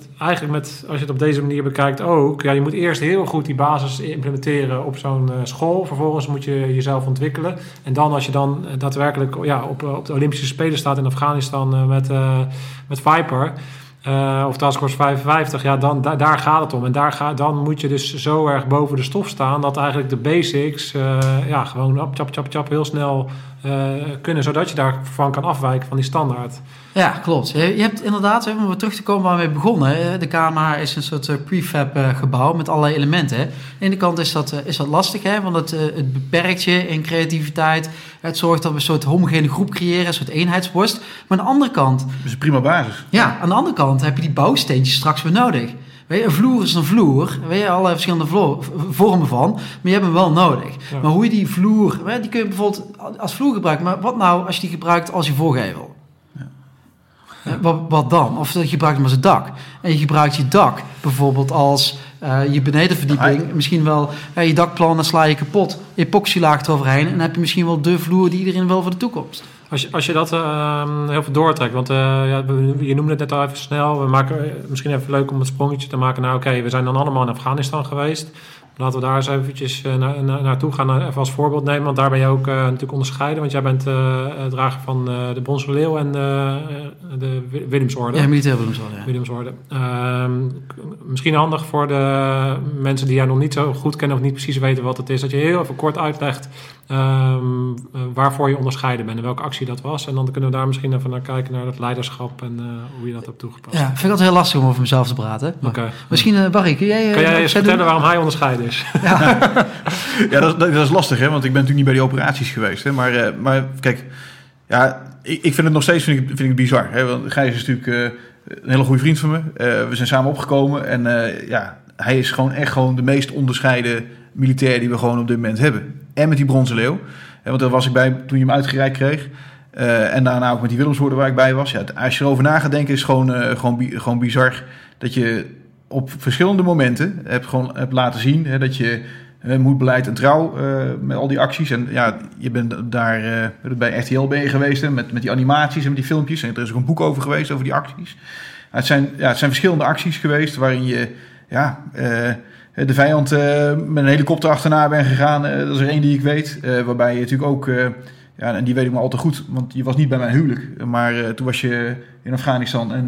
met als je het op deze manier bekijkt ook, je moet eerst heel goed die basis implementeren op zo'n school. Vervolgens moet je jezelf ontwikkelen. En dan als je dan daadwerkelijk op de Olympische Spelen staat in Afghanistan met Viper of Task Force 55, daar gaat het om. En dan moet je dus zo erg boven de stof staan dat eigenlijk de basics gewoon chap heel snel kunnen, zodat je daarvan kan afwijken van die standaard. Ja, klopt. Je hebt inderdaad, om weer terug te komen waar we begonnen. De KMA is een soort prefab gebouw met allerlei elementen. Aan de ene kant is dat lastig, want het beperkt je in creativiteit. Het zorgt dat we een soort homogene groep creëren, een soort eenheidsworst. Maar aan de andere kant... Dat is een prima basis. Ja, aan de andere kant heb je die bouwsteentjes straks weer nodig. Weet je, een vloer is een vloer. Weet je, allerlei verschillende vormen van. Maar je hebt hem wel nodig. Ja. Maar hoe je die vloer... Die kun je bijvoorbeeld als vloer gebruiken. Maar wat nou als je die gebruikt als je voorgevel? Wat dan? Of je gebruikt hem als een dak. En je gebruikt je dak bijvoorbeeld als je benedenverdieping. Misschien wel je dakplan, dan sla je kapot. Epoxylaag eroverheen. En dan heb je misschien wel de vloer die iedereen wil voor de toekomst. Als je dat heel veel doortrekt. Want je noemde het net al even snel. We maken misschien even leuk om een sprongetje te maken. Nou we zijn dan allemaal in Afghanistan geweest. Laten we daar eens eventjes naartoe gaan. Even als voorbeeld nemen. Want daar ben je ook natuurlijk onderscheiden. Want jij bent drager van de Bronzen Leeuw en de Willemsorde. Ja, militair Willemsorde. Ja. Willemsorde. Misschien handig voor de mensen die jij nog niet zo goed kennen of niet precies weten wat het is. Dat je heel even kort uitlegt waarvoor je onderscheiden bent en welke actie dat was. En dan kunnen we daar misschien even naar kijken naar het leiderschap en hoe je dat hebt toegepast. Ja, vind ik altijd heel lastig om over mezelf te praten. Okay. Misschien, Barry, kun jij... Kan jij eens vertellen waarom hij onderscheiden is? Ja, dat is lastig, hè? Want ik ben natuurlijk niet bij die operaties geweest. Hè? Maar kijk, ik vind het nog steeds vind ik bizar. Hè? Want Gijs is natuurlijk een hele goede vriend van me. We zijn samen opgekomen en hij is gewoon de meest onderscheiden militair die we gewoon op dit moment hebben. En met die Bronzen Leeuw. Want daar was ik bij toen je hem uitgereikt kreeg. En daarna ook met die Willemsorde waar ik bij was. Ja, als je erover na gaat denken, is het gewoon bizar dat je op verschillende momenten hebt laten zien dat je moed, beleid en trouw met al die acties. En je bent daar bij RTL ben je geweest met die animaties en met die filmpjes. En er is ook een boek over geweest over die acties. Het zijn verschillende acties geweest waarin je de vijand met een helikopter achterna bent gegaan. Dat is er één die ik weet. Waarbij je natuurlijk ook... en die weet ik maar al te goed, want je was niet bij mijn huwelijk. Maar toen was je in Afghanistan en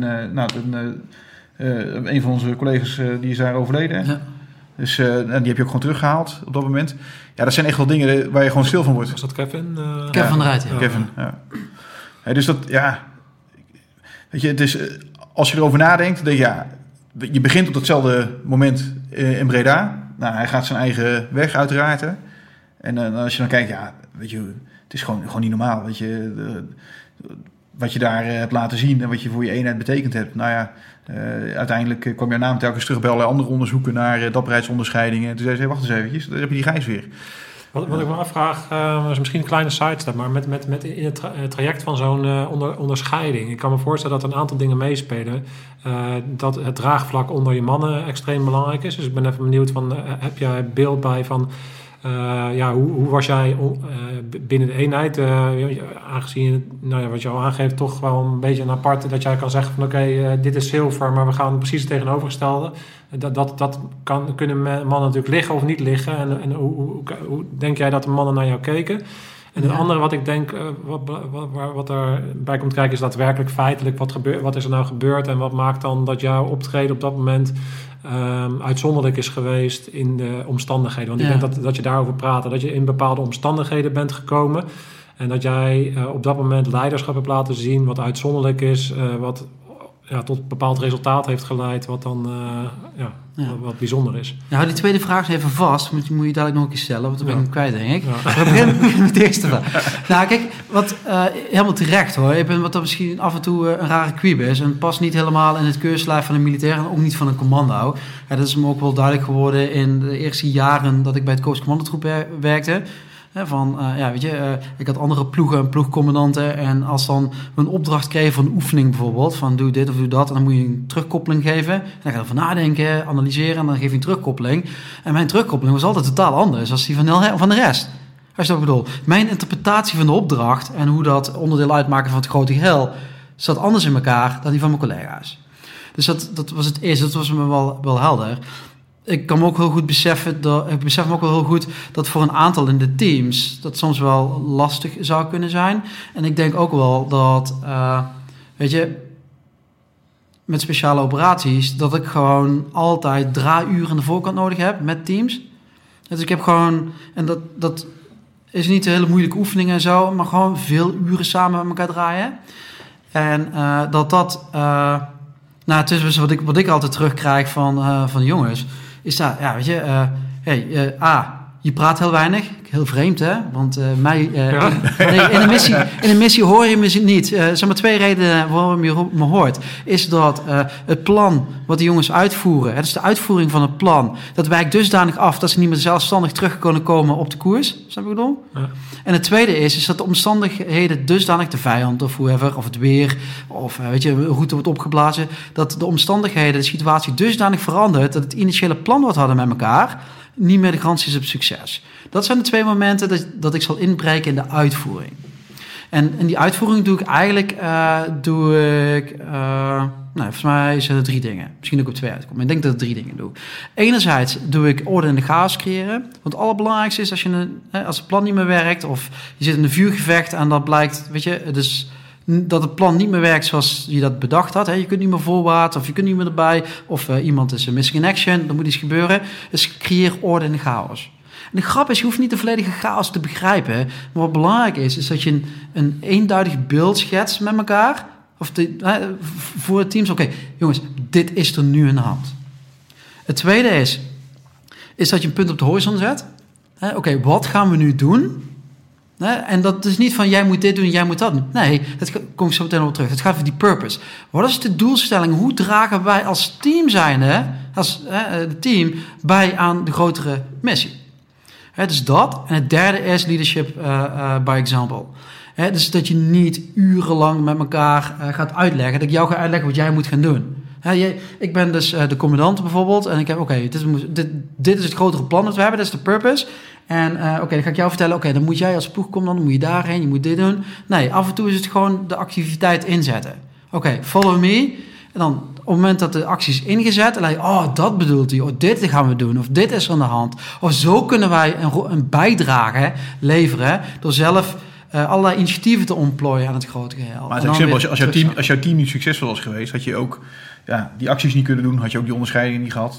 een van onze collega's die is daar overleden. Ja. Dus en die heb je ook gewoon teruggehaald op dat moment. Ja, dat zijn echt wel dingen waar je gewoon stil van wordt. Was dat Kevin? Kevin van der Rijt, ja. Kevin, ja. Dus dat, weet je, het is, als je erover nadenkt, denk je, je begint op datzelfde moment in Breda. Nou, hij gaat zijn eigen weg uiteraard. Hè. En als je dan kijkt, weet je, het is gewoon niet normaal. Weet je, wat je daar hebt laten zien en wat je voor je eenheid betekend hebt. Uiteindelijk kwam jouw naam telkens terug bij allerlei andere onderzoeken naar dapperheidsonderscheidingen. En toen zei ze, wacht eens eventjes, daar heb je die Gijs weer. Wat ik me afvraag, is misschien een kleine sidestep, maar met in het traject van zo'n onderscheiding. Ik kan me voorstellen dat er een aantal dingen meespelen. Dat het draagvlak onder je mannen extreem belangrijk is. Dus ik ben even benieuwd heb jij beeld bij van... hoe was jij binnen de eenheid? Aangezien, wat je al aangeeft, toch wel een beetje een apart... dat jij kan zeggen van dit is zilver, maar we gaan precies het tegenovergestelde. Dat kunnen mannen natuurlijk liggen of niet liggen. En hoe denk jij dat de mannen naar jou keken? En het andere wat ik denk, wat erbij komt kijken, is daadwerkelijk feitelijk wat is er nou gebeurd en wat maakt dan dat jouw optreden op dat moment uitzonderlijk is geweest in de omstandigheden. Want ik denk dat je daarover praat, dat je in bepaalde omstandigheden bent gekomen en dat jij op dat moment leiderschap hebt laten zien wat uitzonderlijk is, wat tot een bepaald resultaat heeft geleid, wat dan wat bijzonder is. Ja, die tweede vraag is even vast. Moet je dadelijk nog een keer stellen, want dan ben ik hem kwijt, denk ik. Ja. We beginnen met de eerste vraag. Nou, kijk, helemaal terecht hoor. Ik ben wat dan misschien af en toe een rare kwiebus en past niet helemaal in het keurslijf van een militair en ook niet van een commando. Ja, dat is me ook wel duidelijk geworden in de eerste jaren dat ik bij het Korps Commandotroep werkte. Ik had andere ploegen en ploegcommandanten en als dan we een opdracht kregen van een oefening bijvoorbeeld, van doe dit of doe dat, en dan moet je een terugkoppeling geven. En dan ga je ervan nadenken, analyseren en dan geef je een terugkoppeling. En mijn terugkoppeling was altijd totaal anders dan die van de rest. Als je dat bedoelt. Mijn interpretatie van de opdracht en hoe dat onderdeel uitmaken van het grote geheel zat anders in elkaar dan die van mijn collega's. Dus dat was het eerste, dat was me wel helder. Ik kan me ook heel goed beseffen, ik besef me ook wel heel goed dat voor een aantal in de teams dat soms wel lastig zou kunnen zijn. En ik denk ook wel dat, met speciale operaties, dat ik gewoon altijd draaiuren aan de voorkant nodig heb met teams. Dus ik heb gewoon, en dat is niet een hele moeilijke oefening en zo, maar gewoon veel uren samen met elkaar draaien. En het is wat ik altijd terugkrijg van de jongens. Is dat, je praat heel weinig. Heel vreemd, hè? Want in een missie hoor je me niet. Er zijn maar 2 redenen waarom je me hoort. Is dat het plan wat de jongens uitvoeren, het is de uitvoering van het plan, dat wijkt dusdanig af dat ze niet meer zelfstandig terug kunnen komen op de koers. Snap je wat ik bedoel? Ja. En het tweede is dat de omstandigheden dusdanig, de vijand of whoever, of het weer, of een route wordt opgeblazen, dat de omstandigheden, de situatie dusdanig verandert dat het initiële plan wat we hadden met elkaar niet meer de garantie is op succes. Dat zijn de 2 momenten dat ik zal inbreken in de uitvoering. En in die uitvoering doe ik eigenlijk, volgens mij zijn er 3 dingen. Misschien ook op 2 uitkomen. Ik denk dat ik 3 dingen doe. Enerzijds doe ik orde in de chaos creëren. Want het allerbelangrijkste is als het plan niet meer werkt, of je zit in een vuurgevecht en dat blijkt, dus dat het plan niet meer werkt zoals je dat bedacht had. Hè. Je kunt niet meer voorwaarts of je kunt niet meer erbij. Of iemand is missing in action, dan moet iets gebeuren. Dus creëer orde in de chaos. En de grap is, je hoeft niet de volledige chaos te begrijpen. Maar wat belangrijk is dat je een eenduidig beeld schetst met elkaar. Voor het team. Oké, jongens, dit is er nu aan de hand. Het tweede is dat je een punt op de horizon zet. Oké, wat gaan we nu doen? En dat is niet van jij moet dit doen, jij moet dat doen. Nee, dat kom ik zo meteen op terug. Het gaat over die purpose. Wat is de doelstelling? Hoe dragen wij als team als team bij aan de grotere missie? Dus dat. En het derde is leadership by example. Dus dat je niet urenlang met elkaar gaat uitleggen. Dat ik jou ga uitleggen wat jij moet gaan doen. Ik ben dus de commandant bijvoorbeeld. En ik heb, dit is het grotere plan dat we hebben. Dat is de purpose. En dan ga ik jou vertellen, dan moet jij als ploegcommandant, dan moet je daarheen, je moet dit doen. Nee, af en toe is het gewoon de activiteit inzetten. Follow me. En dan op het moment dat de actie is ingezet, dan denk je, dat bedoelt hij. Dit gaan we doen. Of dit is aan de hand. Of zo kunnen wij een bijdrage leveren door zelf allerlei initiatieven te ontplooien aan het grote geheel. Maar het is simpel, als jouw team niet succesvol was geweest, had je ook die acties niet kunnen doen, had je ook die onderscheiding niet gehad.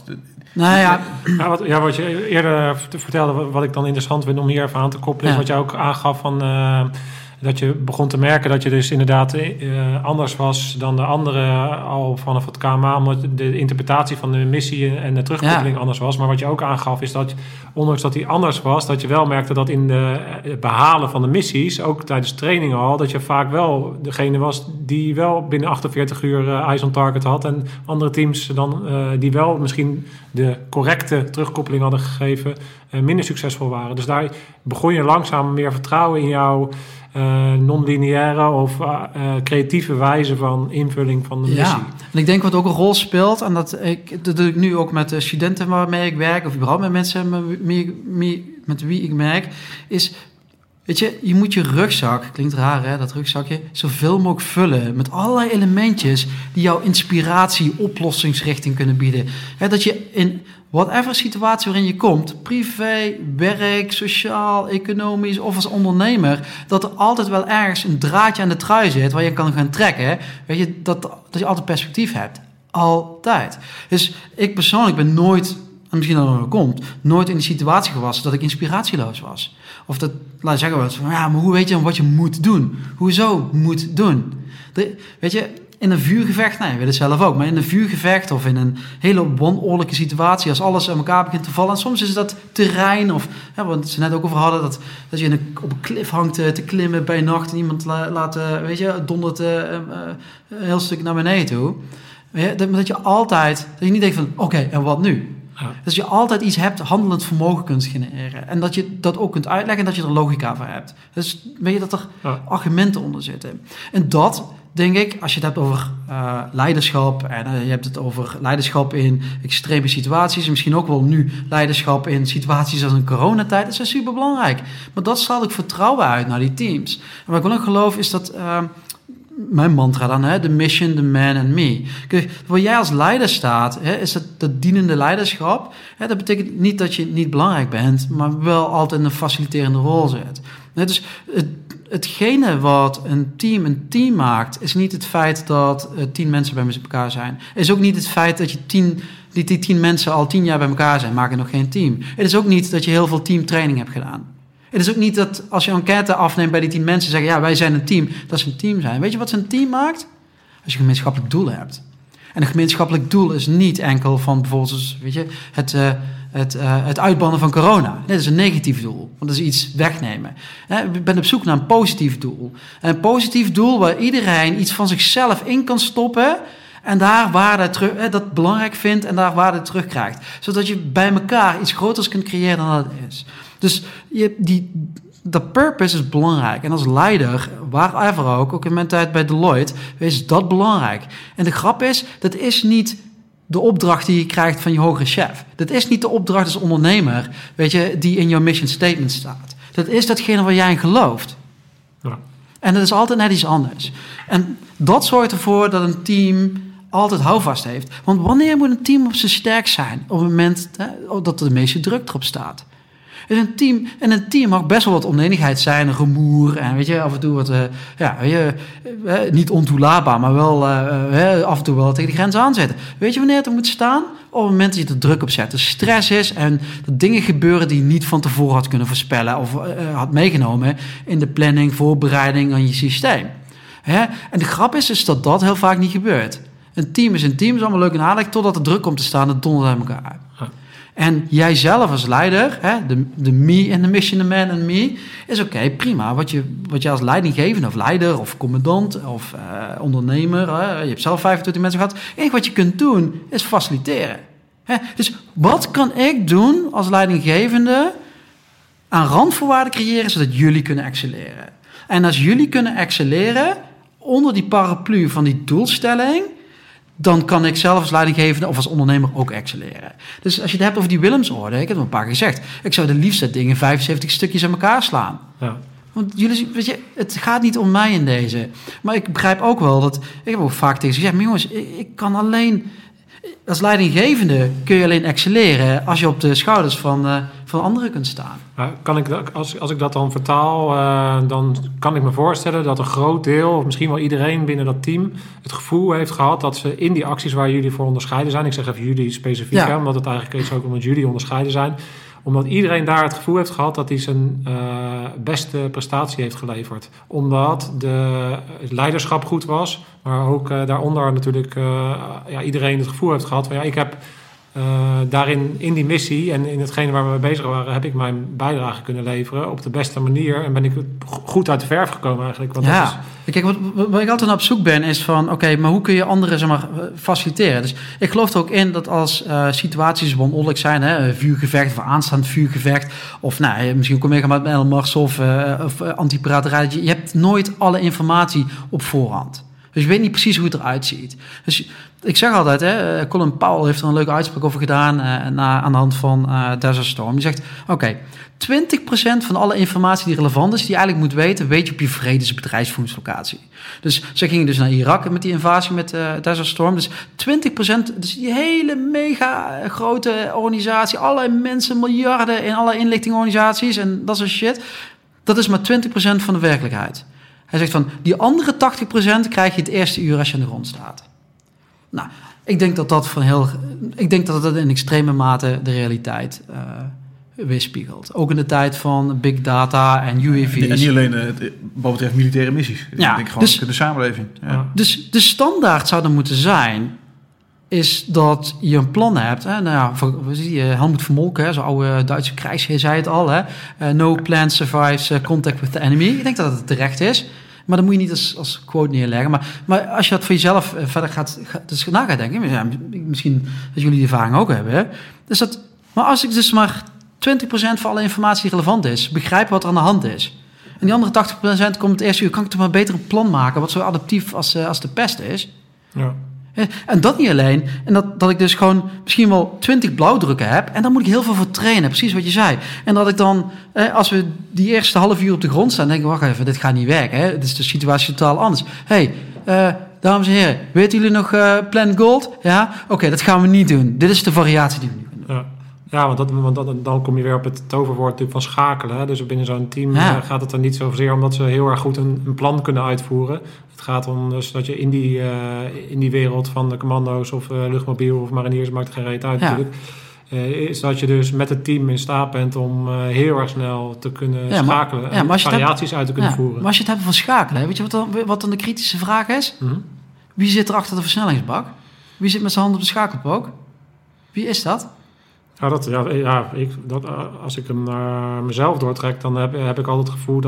Wat je eerder vertelde, wat ik dan interessant vind om hier even aan te koppelen, is wat jij ook aangaf van dat je begon te merken dat je dus inderdaad anders was dan de anderen al vanaf het KMA, omdat de interpretatie van de missie en de terugkoppeling anders was. Maar wat je ook aangaf is dat, ondanks dat die anders was, dat je wel merkte dat in de behalen van de missies, ook tijdens trainingen al, dat je vaak wel degene was die wel binnen 48 uur eyes on target had. En andere teams dan die wel misschien de correcte terugkoppeling hadden gegeven, minder succesvol waren. Dus daar begon je langzaam meer vertrouwen in jouw non-lineaire of creatieve wijze van invulling van de missie. Ja, en ik denk wat ook een rol speelt, en dat doe ik nu ook met studenten waarmee ik werk, of überhaupt met mensen met wie ik werk, is, weet je moet je rugzak, klinkt raar hè, dat rugzakje, zoveel mogelijk vullen met allerlei elementjes die jouw inspiratie, oplossingsrichting kunnen bieden. Dat je whatever situatie waarin je komt, privé, werk, sociaal, economisch of als ondernemer, dat er altijd wel ergens een draadje aan de trui zit waar je kan gaan trekken. Weet je, dat je altijd perspectief hebt. Altijd. Dus ik persoonlijk ben nooit, en misschien dat het nog komt, nooit in de situatie gewassen dat ik inspiratieloos was. Of dat, laat je zeggen, maar hoe weet je dan wat je moet doen? Hoezo moet doen? Weet je, in een vuurgevecht, je weet het zelf ook, maar in een vuurgevecht of in een hele wanordelijke situatie, als alles aan elkaar begint te vallen, en soms is dat terrein, of wat ze net ook over hadden, dat je op een klif hangt te klimmen bij nacht en iemand dondert een heel stuk naar beneden toe. Dat je niet denkt van, oké, en wat nu? Ja. Dus je altijd iets hebt, handelend vermogen kunt genereren. En dat je dat ook kunt uitleggen en dat je er logica voor hebt. Dus weet je dat er argumenten onder zitten. En dat, denk ik, als je het hebt over leiderschap en je hebt het over leiderschap in extreme situaties, misschien ook wel nu leiderschap in situaties als een coronatijd, dat is super belangrijk. Maar dat straalt ook vertrouwen uit naar die teams. En wat ik wel ook geloof is dat mijn mantra dan, the mission, the man and me. Kijk, waar jij als leider staat, is dat dienende leiderschap. Dat betekent niet dat je niet belangrijk bent, maar wel altijd in een faciliterende rol zit. Dus hetgene wat een team maakt, is niet het feit dat 10 mensen bij elkaar zijn. Is ook niet het feit dat die 10 mensen al 10 jaar bij elkaar zijn, maken nog geen team. Het is ook niet dat je heel veel teamtraining hebt gedaan. Het is ook niet dat als je enquête afneemt bij die 10 mensen, zeggen, ja, wij zijn een team, dat ze een team zijn. Weet je wat een team maakt? Als je een gemeenschappelijk doel hebt. En een gemeenschappelijk doel is niet enkel van bijvoorbeeld, weet je, het uitbannen van corona. Nee, dat is een negatief doel, want dat is iets wegnemen. Je bent op zoek naar een positief doel. En een positief doel waar iedereen iets van zichzelf in kan stoppen en daar waarde terug, dat belangrijk vindt en daar waarde terugkrijgt. Zodat je bij elkaar iets groters kunt creëren dan dat het is. Dus de purpose is belangrijk. En als leider, wherever ook in mijn tijd bij Deloitte, is dat belangrijk. En de grap is, dat is niet de opdracht die je krijgt van je hogere chef. Dat is niet de opdracht als ondernemer, weet je, die in jouw mission statement staat. Dat is datgene waar jij in gelooft. Ja. En dat is altijd net iets anders. En dat zorgt ervoor dat een team altijd houvast heeft. Want wanneer moet een team op zijn sterk zijn? Op het moment dat er de meeste druk erop staat. Dus een team mag best wel wat onenigheid zijn, rumoer en weet je, af en toe wat, niet ontoelaatbaar, maar wel af en toe wel tegen de grens aanzetten. Weet je wanneer het er moet staan? Op het moment dat je er druk op zet, er stress is en dat dingen gebeuren die je niet van tevoren had kunnen voorspellen of had meegenomen in de planning, voorbereiding aan je systeem. En de grap is dat heel vaak niet gebeurt. Een team is allemaal leuk en aardig, totdat er druk komt te staan, dat dondert uit elkaar uit. En jij zelf als leider, de me en de mission, the man and me, is oké, prima. Wat je als leidinggevende of leider of commandant of ondernemer, je hebt zelf 25 mensen gehad. Het enige wat je kunt doen is faciliteren. Dus wat kan ik doen als leidinggevende aan randvoorwaarden creëren zodat jullie kunnen excelleren? En als jullie kunnen excelleren onder die paraplu van die doelstelling, dan kan ik zelf als leidinggevende of als ondernemer ook excelleren. Dus als je het hebt over die Willemsorde, ik heb het een paar keer gezegd, ik zou de liefste dingen 75 stukjes aan elkaar slaan. Ja. Want jullie, weet je, het gaat niet om mij in deze. Maar ik begrijp ook wel dat, ik heb ook vaak tegen ze gezegd, maar jongens, ik kan alleen, als leidinggevende kun je alleen excelleren als je op de schouders van anderen kunt staan. Kan ik, als ik dat dan vertaal, dan kan ik me voorstellen dat een groot deel, of misschien wel iedereen binnen dat team, het gevoel heeft gehad dat ze in die acties waar jullie voor onderscheiden zijn, ik zeg even jullie specifiek, omdat het eigenlijk is ook omdat jullie onderscheiden zijn, omdat iedereen daar het gevoel heeft gehad dat hij zijn beste prestatie heeft geleverd. Omdat het leiderschap goed was, maar ook daaronder natuurlijk iedereen het gevoel heeft gehad van ik heb daarin in die missie en in hetgene waar we mee bezig waren, heb ik mijn bijdrage kunnen leveren op de beste manier en ben ik goed uit de verf gekomen eigenlijk. Want dat is... Kijk, wat ik altijd op zoek ben is van, oké, maar hoe kun je anderen faciliteren? Dus ik geloof er ook in dat als situaties wanordelijk zijn, vuurgevecht of aanstaand vuurgevecht, of misschien kom je met Elmars of antipiraterij, je hebt nooit alle informatie op voorhand. Dus je weet niet precies hoe het eruit ziet. Dus ik zeg altijd, Colin Powell heeft er een leuke uitspraak over gedaan aan de hand van Desert Storm. Die zegt, oké, 20% van alle informatie die relevant is, die je eigenlijk moet weten, weet je op je vredesbedrijfsvoeringslocatie. Dus ze gingen dus naar Irak met die invasie met Desert Storm. Dus 20%, dus die hele mega grote organisatie, allerlei mensen, miljarden in alle inlichtingorganisaties en dat soort shit. Dat is maar 20% van de werkelijkheid. Hij zegt van, die andere 80% krijg je het eerste uur als je aan de grond staat. Nou, ik denk dat dat in extreme mate de realiteit weerspiegelt. Ook in de tijd van big data en UAV's. En niet alleen wat betreft militaire missies. Ja, ik denk gewoon dus, de samenleving. Ja. Dus de standaard zou er moeten zijn, is dat je een plan hebt. Hè? Nou ja, Helmut van Moltke, zo'n oude Duitse krijgsheer, zei het al. Hè? No plan survives contact with the enemy. Ik denk dat het terecht is. Maar dat moet je niet als quote neerleggen. Maar als je dat voor jezelf verder gaat denken. Ja, misschien dat jullie die ervaring ook hebben. Hè? Dus maar als ik dus maar 20% van alle informatie die relevant is, begrijp wat er aan de hand is. En die andere 80% komt het eerste uur. Kan ik toch maar beter een plan maken wat zo adaptief als de pest is. Ja. En dat niet alleen. En dat ik dus gewoon misschien wel 20 blauwdrukken heb. En dan moet ik heel veel voor trainen. Precies wat je zei. En dat ik dan, als we die eerste half uur op de grond staan, denk ik, wacht even, dit gaat niet werken. Hè? Dit is de situatie totaal anders. Dames en heren, weten jullie nog Plan Gold? Ja? Oké, dat gaan we niet doen. Dit is de variatie die we nu kunnen doen. Ja. Ja, want dan kom je weer op het toverwoord natuurlijk van schakelen. Hè? Dus binnen zo'n team gaat het er niet zozeer omdat ze heel erg goed een plan kunnen uitvoeren. Het gaat om dus dat je in die wereld van de commando's of luchtmobiel of mariniers, maakt geen reet uit natuurlijk. Is dat je dus met het team in staat bent om heel erg snel te kunnen schakelen en variaties uit te kunnen voeren. Maar als je het hebt van schakelen, weet je wat dan de kritische vraag is? Mm-hmm. Wie zit er achter de versnellingsbak? Wie zit met zijn hand op de schakelpook? Wie is dat? Als ik hem naar mezelf doortrek, dan heb ik altijd het gevoel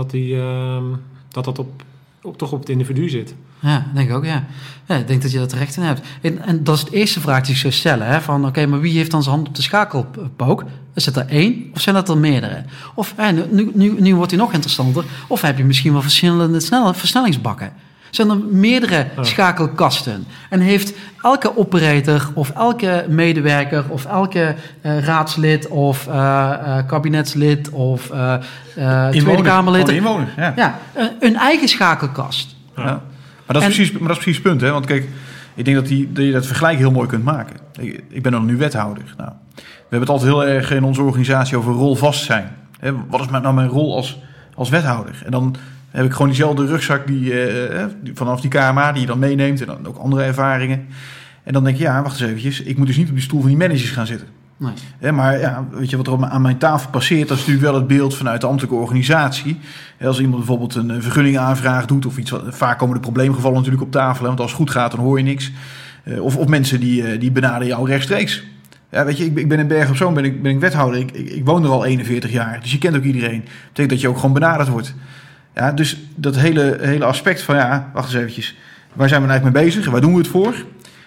dat toch op het individu zit. Ja, denk ik ook, ja. Ik denk dat je dat terecht in hebt. En dat is de eerste vraag die ik zou stellen. Hè? Van, oké, maar wie heeft dan zijn hand op de schakelpook? Is het er 1 of zijn dat er meerdere? Of nu wordt hij nog interessanter. Of heb je misschien wel verschillende versnellingsbakken? Zijn er meerdere schakelkasten? En heeft elke operator of elke medewerker of elke raadslid of kabinetslid of Tweede Kamerlid een eigen schakelkast? Ja. Maar dat is precies het punt. Hè? Want kijk, ik denk dat je dat vergelijk heel mooi kunt maken. Ik ben dan nu wethouder. Nou, we hebben het altijd heel erg in onze organisatie over rolvast zijn. Hè? Wat is nou mijn rol als wethouder? En dan heb ik gewoon diezelfde rugzak die vanaf die KMA die je dan meeneemt en dan ook andere ervaringen. En dan denk je, wacht eens eventjes, ik moet dus niet op die stoel van die managers gaan zitten. Nee. Maar weet je wat er aan mijn tafel passeert, dat is natuurlijk wel het beeld vanuit de ambtelijke organisatie. Als iemand bijvoorbeeld een vergunningaanvraag doet of iets, vaak komen de probleemgevallen natuurlijk op tafel. Want als het goed gaat, dan hoor je niks. Of mensen die benaderen jou rechtstreeks. Ja, weet je, ik ben in Bergen op Zoom, ben ik wethouder. Ik woon er al 41 jaar, dus je kent ook iedereen. Dat betekent dat je ook gewoon benaderd wordt. Ja, dus dat hele aspect van, wacht eens eventjes. Waar zijn we eigenlijk mee bezig? Waar doen we het voor?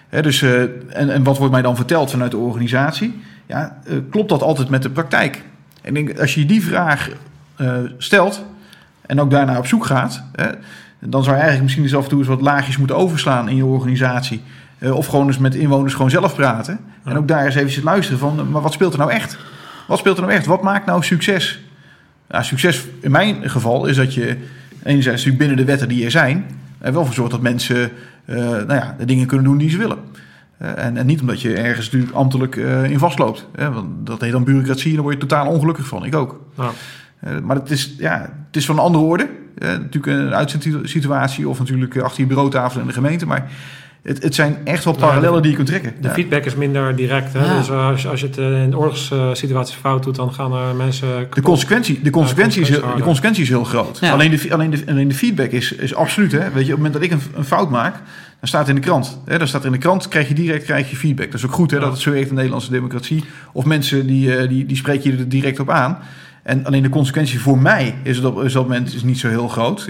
En wat wordt mij dan verteld vanuit de organisatie? Klopt dat altijd met de praktijk? En ik denk, als je die vraag stelt en ook daarna op zoek gaat, dan zou je eigenlijk misschien eens af en toe eens wat laagjes moeten overslaan in je organisatie. Of gewoon eens met inwoners gewoon zelf praten. Ja. En ook daar eens even luisteren van, maar wat speelt er nou echt? Wat speelt er nou echt? Wat maakt nou succes? Nou, succes in mijn geval is dat je enerzijds natuurlijk binnen de wetten die er zijn, er wel voor zorgt dat mensen de dingen kunnen doen die ze willen. En niet omdat je ergens natuurlijk ambtelijk in vastloopt. Want dat heet dan bureaucratie en daar word je totaal ongelukkig van. Ik ook. Ja. Maar het is van een andere orde. Natuurlijk een uitzendsituatie of natuurlijk achter je bureautafel in de gemeente. Maar het zijn echt wel parallellen die je kunt trekken. De feedback is minder direct. Hè? Ja. Dus als je het in oorlogssituaties fout doet, dan gaan er mensen kapot. De consequentie is heel groot. Ja. Alleen de feedback is absoluut. Hè? Weet je, op het moment dat ik een fout maak, dan staat het in de krant. Hè? Dan staat er in de krant, krijg je feedback. Dat is ook goed, hè, dat het zo werkt in de Nederlandse democratie. Of mensen die spreken je er direct op aan. En alleen de consequentie voor mij is op dat moment niet zo heel groot. Ja,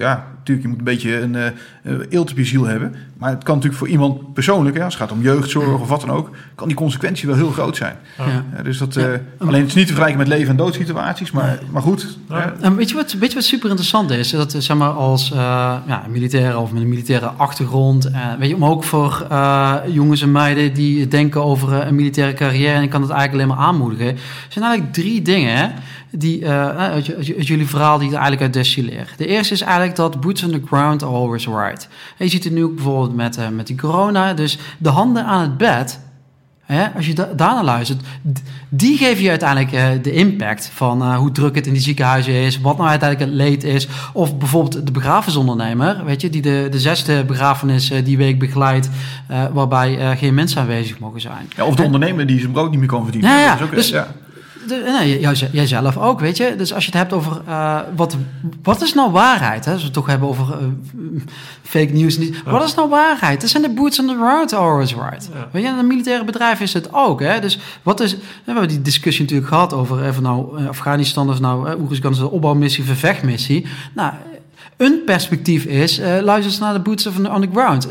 natuurlijk, je moet een beetje een eelt op je ziel hebben. Maar het kan natuurlijk voor iemand persoonlijk, als het gaat om jeugdzorg of wat dan ook, kan die consequentie wel heel groot zijn. Ja. Dus dat, alleen het is niet te vergelijken met leven- en doodsituaties, maar goed. En weet je wat super interessant is? Dat zeg maar als militair of met een militaire achtergrond, weet je, maar ook voor jongens en meiden die denken over een militaire carrière, en ik kan het eigenlijk alleen maar aanmoedigen. Er zijn eigenlijk 3 dingen, hè, die uit jullie verhaal die ik er eigenlijk uit destilleer. De eerste is eigenlijk dat boots on the ground are always right. En je ziet het nu ook bijvoorbeeld met die corona. Dus de handen aan het bed, als je daarnaar luistert, die geven je uiteindelijk de impact van hoe druk het in die ziekenhuizen is, wat nou uiteindelijk het leed is. Of bijvoorbeeld de begrafenisondernemer, weet je, die de 6e begrafenis die week begeleidt, waarbij geen mensen aanwezig mogen zijn. Ja, of de ondernemer die zijn brood niet meer kan verdienen. Ja, Dat is ook, dus, jij zelf ook, weet je. Dus als je het hebt over wat is nou waarheid? Hè? Als we het toch hebben over fake news. Wat is nou waarheid? Dat zijn de boots on the ground always right. Ja. Weet je, in een militaire bedrijf is het ook. Hè? Dus wat is... We hebben die discussie natuurlijk gehad over Afghanistan of Oeruzgan is een opbouwmissie, vervechtmissie. Nou, een perspectief is, luister eens naar de boots on the ground.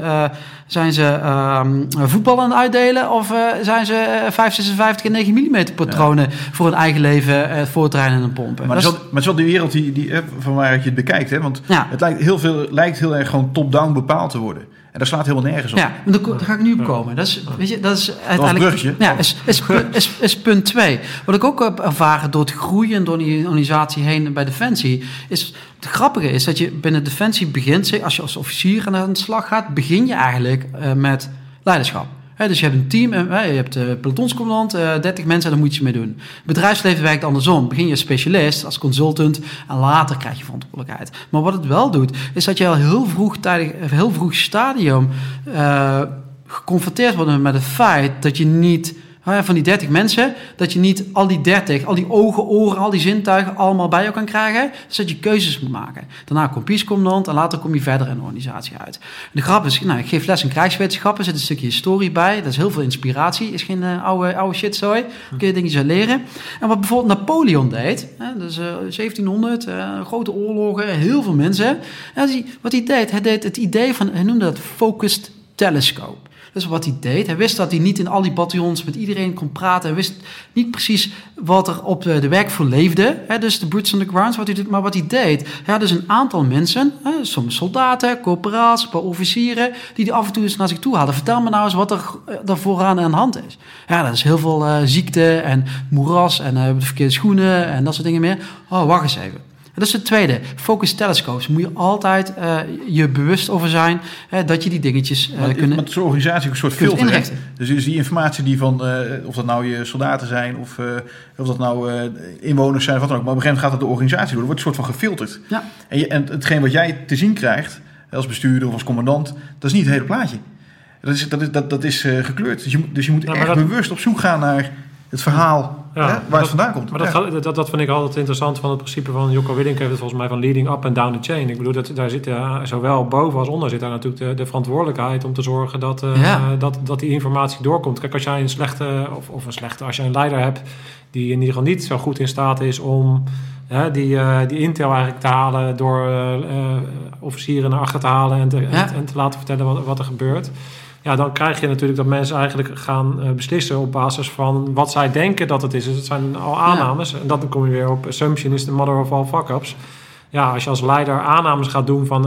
Zijn ze voetbal aan het uitdelen of zijn ze 5,56 en 9 mm patronen voor hun eigen leven voortreinen en pompen? Maar het is wel die wereld die van waaruit je het bekijkt. Hè? Want het lijkt heel erg gewoon top-down bepaald te worden. En dat slaat helemaal nergens op. Ja, maar daar ga ik nu op komen. Dat is uiteindelijk... Dat is punt 2. Wat ik ook heb ervaren door het groeien door die organisatie heen bij Defensie, is het grappige is dat je binnen Defensie begint, als je als officier aan de slag gaat, begin je eigenlijk met leiderschap. Dus je hebt een team, je hebt de pelotonscommandant, 30 mensen en daar moet je mee doen. Het bedrijfsleven werkt andersom. Begin je als specialist, als consultant en later krijg je verantwoordelijkheid. Maar wat het wel doet, is dat je al heel vroeg stadium geconfronteerd wordt met het feit dat je niet van die 30 mensen, dat je niet al die ogen, oren, al die zintuigen allemaal bij jou kan krijgen. Dus dat je keuzes moet maken. Daarna kom je commandant en later kom je verder in de organisatie uit. En de grap is, ik geef les in krijgswetenschappen, er zit een stukje historie bij. Dat is heel veel inspiratie, is geen oude shitzooi. Kun je dingetjes aan leren. En wat bijvoorbeeld Napoleon deed, dus 1700, grote oorlogen, heel veel mensen. En wat hij deed het idee van, hij noemde dat focused telescope. Dus wat hij deed, hij wist dat hij niet in al die bataljons met iedereen kon praten. Hij wist niet precies wat er op de werkvloer leefde. Dus de boots on the ground, wat hij doet. Maar wat hij deed, hij had dus een aantal mensen, soms soldaten, corporaals, een paar officieren, die af en toe eens naar zich toe hadden. Vertel me nou eens wat er vooraan aan de hand is. Ja, dat is heel veel ziekte en moeras en de verkeerde schoenen en dat soort dingen meer. Oh, wacht eens even. Dat is het tweede. Focus telescopes. Moet je altijd je bewust over zijn dat je die dingetjes kunnen... Maar zo'n organisatie een soort filter. Dus die informatie die van... of dat nou je soldaten zijn of dat nou inwoners zijn of wat dan ook. Maar op een gegeven moment gaat dat de organisatie door. Er wordt een soort van gefilterd. Ja. En hetgeen wat jij te zien krijgt als bestuurder of als commandant, dat is niet het hele plaatje. Dat is gekleurd. Dus je moet echt bewust op zoek gaan naar het verhaal waar het vandaan komt. Maar dat vind ik altijd interessant van het principe van Jocko Willink heeft het volgens mij van leading up and down the chain. Ik bedoel, daar zit zowel boven als onder zit daar natuurlijk de verantwoordelijkheid om te zorgen dat die informatie doorkomt. Kijk, als jij als je een leider hebt die in ieder geval niet zo goed in staat is om die intel eigenlijk te halen door officieren naar achter te halen en te laten vertellen wat er gebeurt. Ja, dan krijg je natuurlijk dat mensen eigenlijk gaan beslissen op basis van wat zij denken dat het is. Dus het zijn al aannames. Ja. En dan kom je weer op assumption is the mother of all fuck-ups. Ja, als je als leider aannames gaat doen van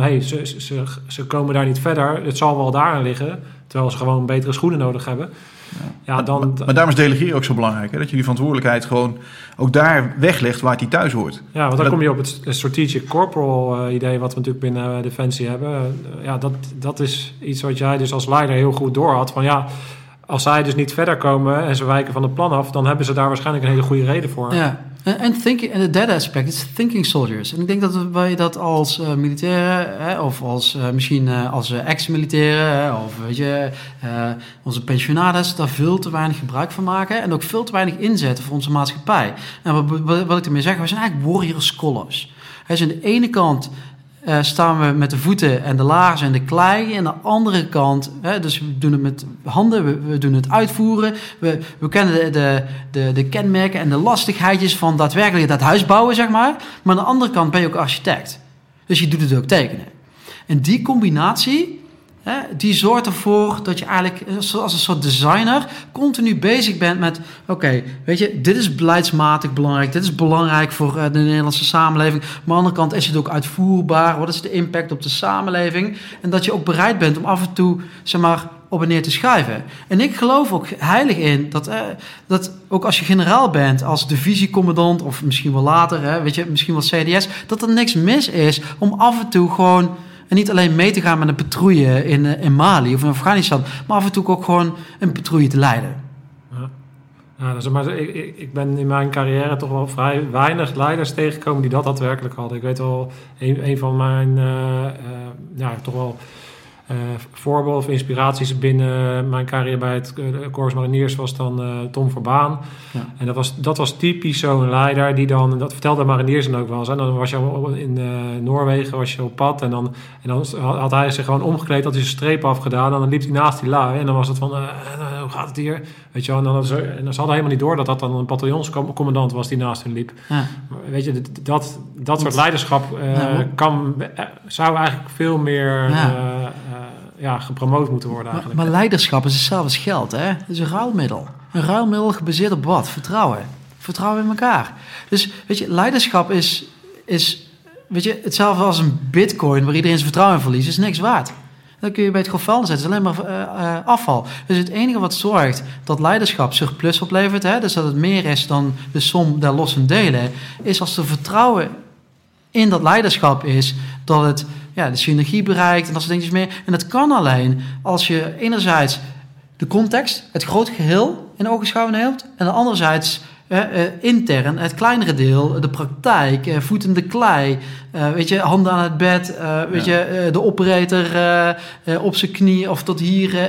ze komen daar niet verder. Het zal wel daarin liggen. Terwijl ze gewoon betere schoenen nodig hebben. Ja, maar daarom is delegeren ook zo belangrijk. Hè? Dat je die verantwoordelijkheid gewoon ook daar weglegt waar het die thuis hoort. Ja, want dan kom je op het strategic corporal idee wat we natuurlijk binnen Defensie hebben. Dat is iets wat jij dus als leider heel goed door had. Van als zij dus niet verder komen en ze wijken van het plan af, dan hebben ze daar waarschijnlijk een hele goede reden voor. Ja. En het derde aspect is thinking soldiers. En ik denk dat wij dat als militairen, of als misschien als ex-militairen, of weet je, onze pensionados, daar veel te weinig gebruik van maken. En ook veel te weinig inzetten voor onze maatschappij. En wat ik ermee zeg, we zijn eigenlijk warrior scholars. Dus aan de ene kant staan we met de voeten en de laarzen en de klei. En aan de andere kant, dus we doen het met handen, we doen het uitvoeren. We kennen de kenmerken en de lastigheidjes van daadwerkelijk dat huis bouwen, zeg maar. Maar aan de andere kant ben je ook architect. Dus je doet het ook tekenen. En die combinatie, die zorgt ervoor dat je eigenlijk als een soort designer continu bezig bent met... Oké, weet je, dit is beleidsmatig belangrijk. Dit is belangrijk voor de Nederlandse samenleving. Maar aan de andere kant is het ook uitvoerbaar. Wat is de impact op de samenleving? En dat je ook bereid bent om af en toe, zeg maar, op en neer te schuiven. En ik geloof ook heilig in dat ook als je generaal bent, als divisiecommandant of misschien wel later, weet je, misschien wel CDS, dat er niks mis is om af en toe gewoon... En niet alleen mee te gaan met een patrouille in Mali of in Afghanistan, maar af en toe ook gewoon een patrouille te leiden. Ja, maar ik ben in mijn carrière toch wel vrij weinig leiders tegengekomen die dat daadwerkelijk hadden. Ik weet wel, een van mijn toch wel voorbeelden of inspiraties binnen mijn carrière bij het Corps Mariniers was dan Tom Verbaan. Ja. En dat was typisch zo'n leider die dan, dat vertelde de mariniers dan ook wel eens. En dan was je in Noorwegen was je op pad en dan had hij zich gewoon omgekleed, had hij zijn streep afgedaan en dan liep hij naast die lui. En dan was het van, hoe gaat het hier? Weet je wel, en dan ze hadden helemaal niet door dat dan een bataljonscommandant was die naast hen liep. Ja. Weet je, dat soort leiderschap zou eigenlijk veel meer... gepromoot moeten worden eigenlijk. Maar leiderschap is hetzelfde als geld, hè? Het is een ruilmiddel. Een ruilmiddel gebaseerd op wat? Vertrouwen. Vertrouwen in elkaar. Dus, weet je, leiderschap is weet je, hetzelfde als een bitcoin waar iedereen zijn vertrouwen in verliest, is niks waard. Dan kun je bij het geval zetten. Het is alleen maar afval. Dus het enige wat zorgt dat leiderschap surplus oplevert, hè, dus dat het meer is dan de som der losse delen, is als er vertrouwen in dat leiderschap is, dat het de synergie bereikt en dat soort dingetjes meer. En dat kan alleen als je enerzijds de context, het grote geheel in ogenschouw neemt en anderzijds intern het kleinere deel, de praktijk, voet in de klei, weet je, handen aan het bed, weet je, de operator op zijn knie of tot hier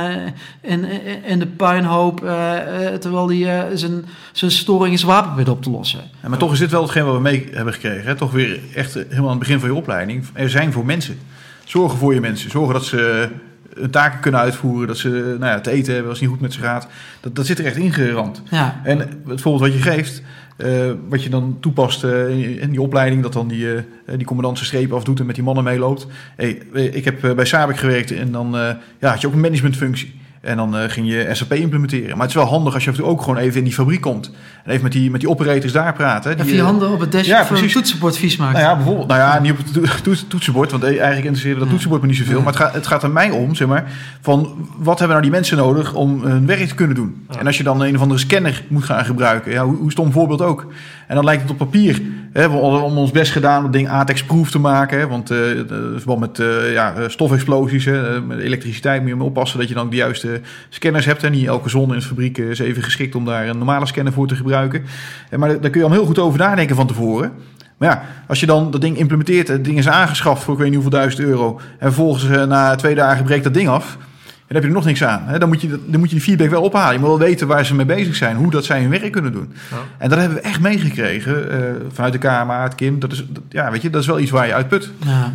in de puinhoop, terwijl hij zijn storing is wapen weet op te lossen. Ja, maar toch is dit wel hetgeen wat we mee hebben gekregen. Hè? Toch weer echt helemaal aan het begin van je opleiding. Er zijn voor mensen. Zorgen voor je mensen. Zorgen dat ze hun taken kunnen uitvoeren, dat ze te eten hebben als het niet goed met ze gaat. Dat zit er echt ingeramd. Ja. En het voorbeeld wat je geeft, wat je dan toepast in die opleiding, dat dan die commandant zijn strepen afdoet en met die mannen meeloopt. Ik heb bij SABIC gewerkt en dan had je ook een managementfunctie. En dan ging je SAP implementeren. Maar het is wel handig als je af en toe ook gewoon even in die fabriek komt. En even met die operators daar praten. Even je handen op het dashboard voor een toetsenbord vies maakt. Nou ja, bijvoorbeeld. Niet op het toetsenbord. Want eigenlijk interesseerde dat toetsenbord me niet zoveel. Maar het gaat er mij om, zeg maar. Van wat hebben nou die mensen nodig om hun werk te kunnen doen? Ja. En als je dan een of andere scanner moet gaan gebruiken. Hoe stom voorbeeld ook. En dan lijkt het op papier. We hebben ons best gedaan om het ding ATEX-proof te maken. Hè, want verband met stofexplosies. Met elektriciteit moet je oppassen dat je dan de juiste scanners hebt. En niet elke zone in de fabriek is even geschikt om daar een normale scanner voor te gebruiken. Maar daar kun je al heel goed over nadenken van tevoren. Maar ja, als je dan dat ding implementeert, het ding is aangeschaft voor ik weet niet hoeveel €1000. En vervolgens na 2 dagen breekt dat ding af. En dan heb je er nog niks aan. Hè? Dan moet je die feedback wel ophalen. Je moet wel weten waar ze mee bezig zijn. Hoe dat zij hun werk kunnen doen. Ja. En dat hebben we echt meegekregen. Vanuit de KMA, het Kim. Dat is wel iets waar je uit put.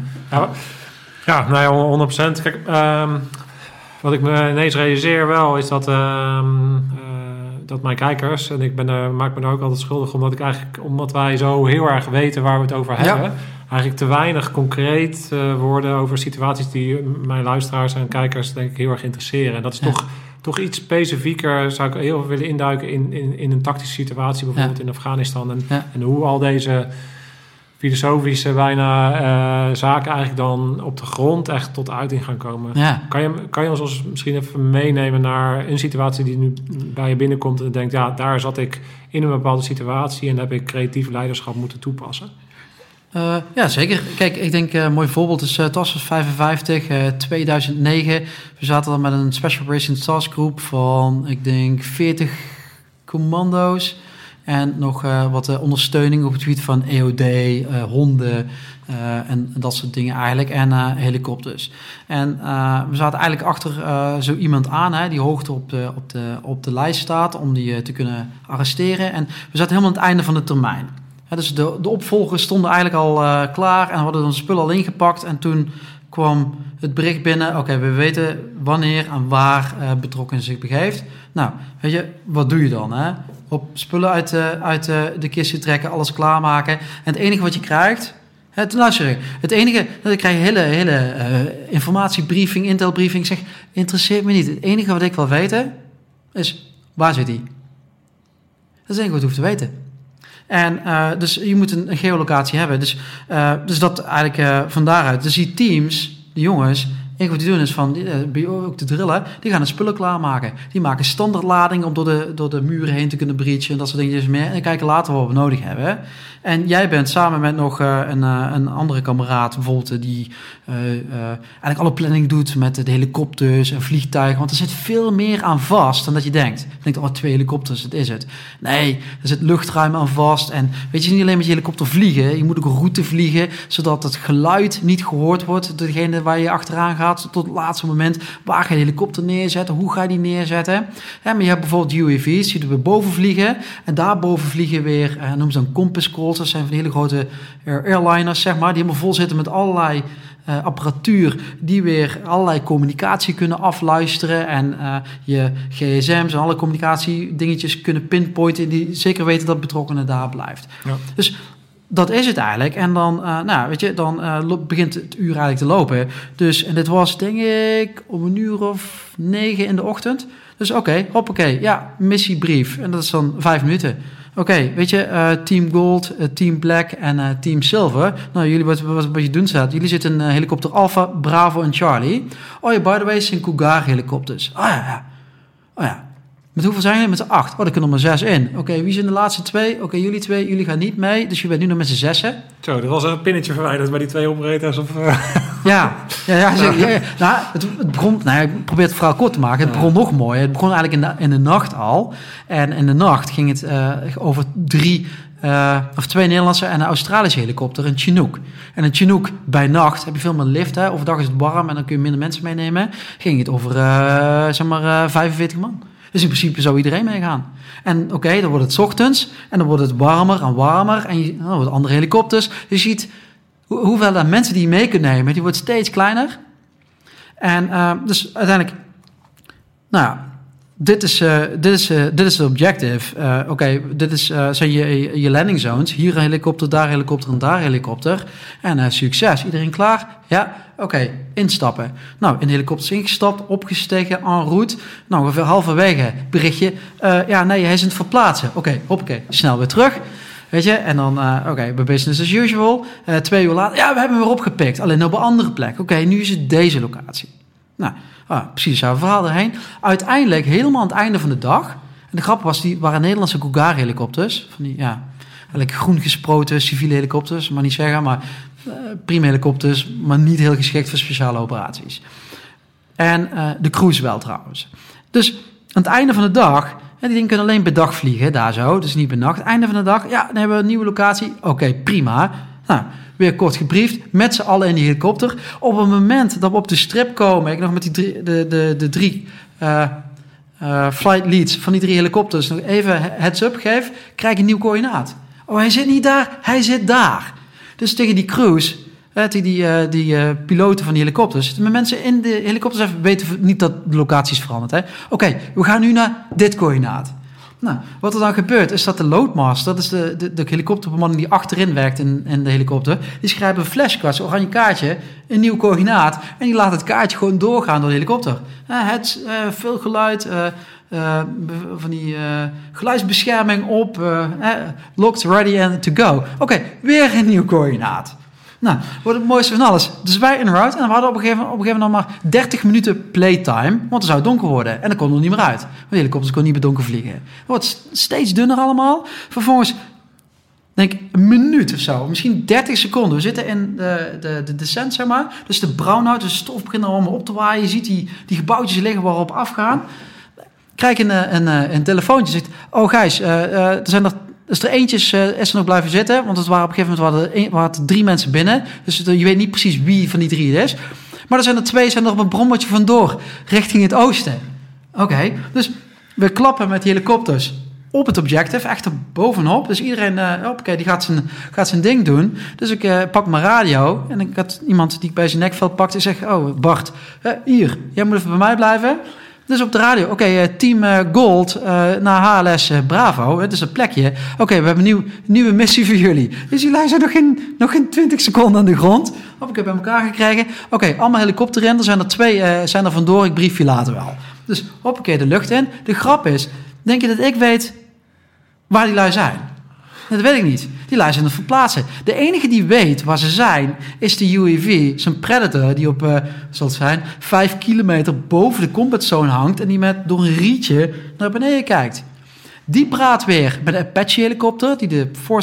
Ja, 100%. Kijk, wat ik me ineens realiseer wel is dat mijn kijkers, en maak me daar ook altijd schuldig omdat wij zo heel erg weten waar we het over hebben, eigenlijk te weinig concreet worden over situaties die mijn luisteraars en kijkers denk ik heel erg interesseren. En dat is toch iets specifieker, zou ik heel veel willen induiken in een tactische situatie, bijvoorbeeld in Afghanistan. En hoe al deze filosofische bijna zaken eigenlijk dan op de grond echt tot uiting gaan komen. Ja. Kan je ons misschien even meenemen naar een situatie die nu bij je binnenkomt en denkt, daar zat ik in een bepaalde situatie en heb ik creatief leiderschap moeten toepassen? Ja, zeker. Kijk, ik denk een mooi voorbeeld is TAS 55, 2009. We zaten dan met een Special Operations Task Group van, ik denk, 40 commando's. En nog wat ondersteuning op het gebied van EOD, honden en dat soort dingen eigenlijk. En helikopters. En we zaten eigenlijk achter zo iemand aan, hè, die hoogte op de lijst staat om die te kunnen arresteren. En we zaten helemaal aan het einde van de termijn. Dus de opvolgers stonden eigenlijk al klaar en hadden onze spullen al ingepakt. En toen kwam het bericht binnen, oké, we weten wanneer en waar betrokken zich begeeft. Nou, weet je, wat doe je dan? Hè? Op spullen uit de kist trekken, alles klaarmaken. En het enige wat je krijgt, Luister, het enige, dan krijg je hele informatiebriefing, intelbriefing. Ik zeg, interesseert me niet. Het enige wat ik wil weten is, waar zit hij? Dat is het enige wat je hoeft te weten. En dus je moet een geolocatie hebben. Dus dat eigenlijk van daaruit. Dus die teams, die jongens, wat die doen is van, ook de drillen, die gaan de spullen klaarmaken. Die maken standaardlading om door de muren heen te kunnen breachen en dat soort dingen meer. En kijken later wat we nodig hebben. En jij bent samen met nog een andere kameraad, bijvoorbeeld, die eigenlijk alle planning doet met de helikopters en vliegtuigen. Want er zit veel meer aan vast dan dat je denkt. Je denkt, 2 helikopters, dat is het. Nee, er zit luchtruim aan vast. En weet je, niet alleen met je helikopter vliegen, je moet ook een route vliegen, zodat het geluid niet gehoord wordt door degene waar je achteraan gaat, tot het laatste moment. Waar ga je de helikopter neerzetten? Hoe ga je die neerzetten? Ja, maar je hebt bijvoorbeeld UAV's, die we boven vliegen. En daarboven vliegen weer, noemen ze dan compass calls. Dat zijn van die hele grote airliners, zeg maar, die helemaal vol zitten met allerlei apparatuur die weer allerlei communicatie kunnen afluisteren en je gsm's en alle communicatiedingetjes kunnen pinpointen die zeker weten dat betrokkenen daar blijft. Ja. Dus dat is het eigenlijk. En dan, begint het uur eigenlijk te lopen. Dus, en dit was denk ik om 9:00 in de ochtend. Dus hoppakee, ja, missiebrief. En dat is dan 5 minuten. Weet je, Team Gold, Team Black en Team Silver. Nou, jullie, wat je doen staat. Jullie zitten in helikopter Alpha, Bravo en Charlie. Oh ja, by the way, het zijn Cougar helikopters. Oh ja. Met hoeveel zijn jullie? Met 8. Er kunnen er maar 6 in. Wie zijn de laatste 2? Jullie 2, jullie gaan niet mee. Dus je bent nu nog met z'n 6. Zo, er was een pinnetje verwijderd bij die 2 operators. Of, Ja. Nou, het begon... Nou, ik probeer het verhaal kort te maken. Het begon nog mooi. Het begon eigenlijk in de nacht al. En in de nacht ging het over 2 Nederlandse en een Australische helikopter. Een Chinook. En een Chinook bij nacht heb je veel meer lift. Hè? Overdag is het warm en dan kun je minder mensen meenemen. Ging het over 45 man. Dus in principe zou iedereen meegaan. En dan wordt het 's ochtends en dan wordt het warmer en warmer. En dan wordt andere helikopters. Dus je ziet hoeveel mensen die je mee kunt nemen, die wordt steeds kleiner. En dus uiteindelijk, nou ja, dit is de objective. Dit zijn je landing zones. Hier een helikopter, daar helikopter en daar helikopter. En succes. Iedereen klaar? Ja, instappen. Nou, in de helikopters ingestapt, opgestegen, en route. Nou, ongeveer halverwege berichtje. Nee, hij is aan het verplaatsen. Hoppakee, snel weer terug. Weet je, en dan, bij business as usual. 2 uur later, ja, we hebben hem weer opgepikt. Alleen op een andere plek. Nu is het deze locatie. Nou, precies hetzelfde verhaal erheen. Uiteindelijk, helemaal aan het einde van de dag. En de grap was, die waren Nederlandse Cougar helikopters. Van die, eigenlijk groen gesproten civiele helikopters. Maar niet zeggen, maar prima helikopters. Maar niet heel geschikt voor speciale operaties. En de cruise wel trouwens. Dus aan het einde van de dag, die dingen kunnen alleen per dag vliegen, daar zo. Dus niet per nacht. Einde van de dag, ja, dan hebben we een nieuwe locatie. Prima. Nou, weer kort gebriefd, met z'n allen in die helikopter. Op het moment dat we op de strip komen, ik nog met de 3 flight leads van die 3 helikopters nog even heads-up geef, krijg ik een nieuw coördinaat. Hij zit niet daar, hij zit daar. Dus tegen die crews, tegen die piloten van die helikopters, met mensen in de helikopters even weten niet dat de locatie is veranderd. Hè? We gaan nu naar dit coördinaat. Nou, wat er dan gebeurt, is dat de loadmaster, dat is de helikopterbemanning die achterin werkt in de helikopter, die schrijft een flashcard, oranje kaartje, een nieuw coördinaat, en die laat het kaartje gewoon doorgaan door de helikopter. Veel geluid, van die geluidsbescherming op, locked, ready and to go. Weer een nieuw coördinaat. Nou, wordt het mooiste van alles. Dus wij in route en we hadden op een gegeven moment nog maar 30 minuten playtime, want dan zou het donker worden. En dan kon er niet meer uit. Want de helikopters kon niet meer donker vliegen. Het wordt steeds dunner allemaal. Vervolgens, denk ik, een minuut of zo, misschien 30 seconden. We zitten in de descent, zeg maar. Dus de brownhout, dus de stof begint er allemaal op te waaien. Je ziet die gebouwtjes liggen waarop afgaan. Krijg een telefoontje, zegt, Gijs, er zijn er... Dus er eentjes is er nog blijven zitten. Want het waren op een gegeven moment waren 3 mensen binnen. Dus je weet niet precies wie van die 3 het is. Maar er zijn er 2 zijn er op een brommetje vandoor. Richting het oosten. Dus we klappen met die helikopters op het objective. Echt er bovenop. Dus iedereen die gaat zijn ding doen. Dus ik pak mijn radio. En ik had iemand die ik bij zijn nekveld pakte. En zeg, Bart, hier. Jij moet even bij mij blijven. Dus op de radio, Team Gold naar HLS Bravo. Het is een plekje. We hebben een nieuwe missie voor jullie. Dus jullie zijn nog geen 20 seconden aan de grond. Ik heb bij elkaar gekregen. Allemaal helikopter in. Er zijn er 2 zijn er vandoor. Ik brief je later wel. Dus de lucht in. De grap is, denk je dat ik weet waar die lui zijn? Dat weet ik niet. Die lui zijn het verplaatsen. De enige die weet waar ze zijn, is de UAV. Zo'n Predator die op, 5 kilometer boven de combat zone hangt en die door een rietje naar beneden kijkt. Die praat weer met de Apache-helikopter, die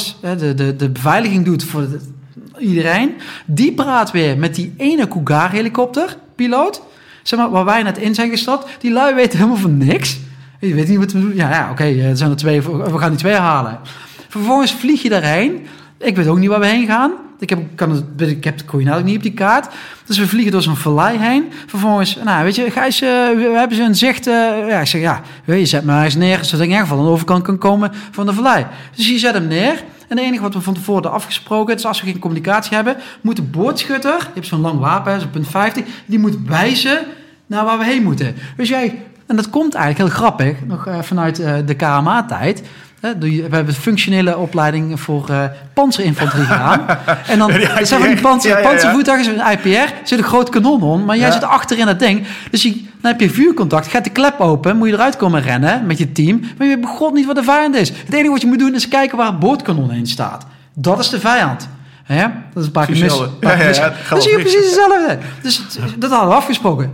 de beveiliging doet voor iedereen. Die praat weer met die ene Cougar-helikopter-piloot. Zeg maar, waar wij net in zijn gestapt. Die lui weten helemaal van niks. Je weet niet wat we doen. Er zijn er 2. We gaan die 2 halen. Vervolgens vlieg je daarheen. Ik weet ook niet waar we heen gaan. Ik heb de coördinaten niet op die kaart. Dus we vliegen door zo'n vallei heen. Vervolgens, Gijs, we hebben ze een zicht. Ik zeg, je zet me eens neer, zodat ik in ieder geval aan de overkant kan komen van de vallei. Dus je zet hem neer. En het enige wat we van tevoren hadden afgesproken, is als we geen communicatie hebben, moet de boordschutter, je hebt zo'n lang wapen, zo'n punt 50, die moet wijzen naar waar we heen moeten. Dus en dat komt eigenlijk heel grappig, nog vanuit de KMA-tijd. We hebben functionele opleiding voor panzerinfanterie gedaan. En dan zijn van die panzervoertuigen, een IPR, zit een groot kanon om, maar jij zit achter in dat ding. Dus dan heb je vuurcontact, gaat de klep open, moet je eruit komen rennen met je team, maar je weet begot niet wat de vijand is. Het enige wat je moet doen is kijken waar het boordkanon in staat. Dat is de vijand. Ja, dat is een paar keer mis. Dan zie je precies hetzelfde. Dus dat hadden we afgesproken.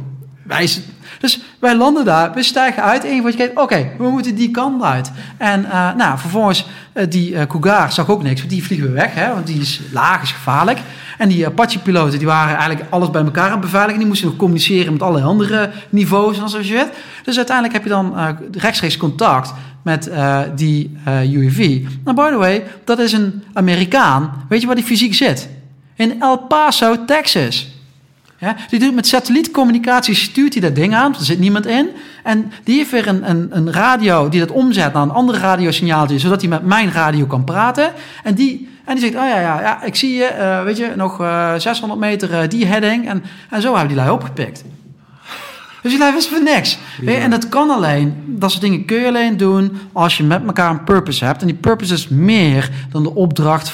Dus wij landen daar, we stijgen uit. Eén wat je kijkt, we moeten die kant uit. En vervolgens, die Cougar zag ook niks, want die vliegen we weg. Want die is laag, is gevaarlijk. En die Apache-piloten, die waren eigenlijk alles bij elkaar aan het beveiligen. Die moesten nog communiceren met allerlei andere niveaus en zoals je weet. Dus uiteindelijk heb je dan rechtstreeks contact met die UAV. Nou, by the way, dat is een Amerikaan. Weet je waar die fysiek zit? In El Paso, Texas. Ja, die doet met satellietcommunicatie, stuurt hij dat ding aan, er zit niemand in. En die heeft weer een radio die dat omzet naar een andere radiosignaaltje, zodat hij met mijn radio kan praten. En die zegt, ik zie je, nog 600 meter die heading. En zo hebben die lui opgepikt. Dus die lui wisten van niks. Ja. En dat kan alleen, dat soort dingen kun je alleen doen als je met elkaar een purpose hebt. En die purpose is meer dan de opdracht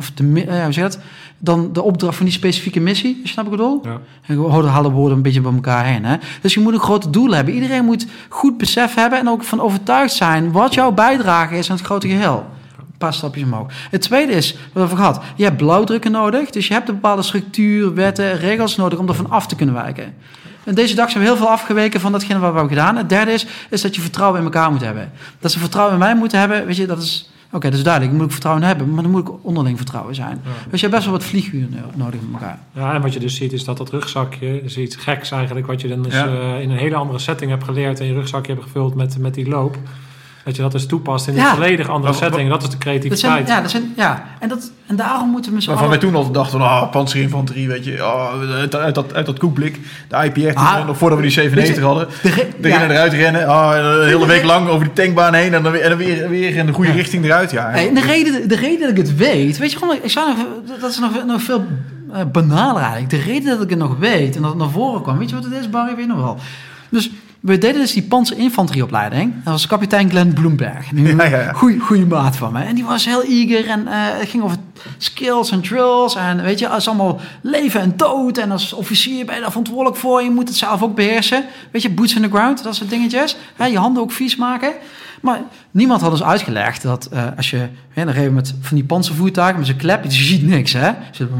dan de opdracht van die specifieke missie. Snap ik het al? Ja. En we halen woorden een beetje bij elkaar heen. Hè? Dus je moet een groot doel hebben. Iedereen moet goed besef hebben en ook van overtuigd zijn wat jouw bijdrage is aan het grote geheel. Een paar stapjes omhoog. Het tweede is, wat we over gehad, je hebt blauwdrukken nodig. Dus je hebt een bepaalde structuur, wetten, regels nodig om ervan af te kunnen wijken. En deze dag zijn we heel veel afgeweken van datgene wat we hebben gedaan. Het derde is dat je vertrouwen in elkaar moet hebben. Dat ze vertrouwen in mij moeten hebben, weet je, dat is... Oké, dat is duidelijk. Ik moet ook vertrouwen hebben, maar dan moet ik onderling vertrouwen zijn. Ja. Dus je hebt best wel wat vlieguren nodig met elkaar. Ja, en wat je dus ziet is dat rugzakje, is iets geks eigenlijk, wat je dan dus in een hele andere setting hebt geleerd en je rugzakje hebt gevuld met die loop. Dat je dat dus toepast in een volledig andere setting. Dat is de creativiteit. En daarom moeten we waarvan wij toen al dachten, panzerinfanterie, weet je, uit dat koekblik. De IPR, nog voordat we die 97 hadden. Erin en eruit rennen, een hele week lang over die tankbaan heen en dan weer in de goede richting eruit. Ja. Hey, de reden dat ik het weet, weet je gewoon, dat is nog veel banaler eigenlijk. De reden dat ik het nog weet en dat het naar voren kwam, weet je wat het is, Barry, weet je nog wel. Dus we deden dus die panzerinfanterieopleiding. Dat was kapitein Glenn Bloemberg. Goeie maat van me. En die was heel eager. En het ging over skills en drills. En weet je, het is allemaal leven en dood. En als officier ben je daar verantwoordelijk voor. Je moet het zelf ook beheersen. Weet je, boots on the ground, dat soort dingetjes. Je handen ook vies maken. Maar niemand had ons uitgelegd dat als je... dan reden we met van die panzervoertuigen met zo'n klep. Dus je ziet niks, hè.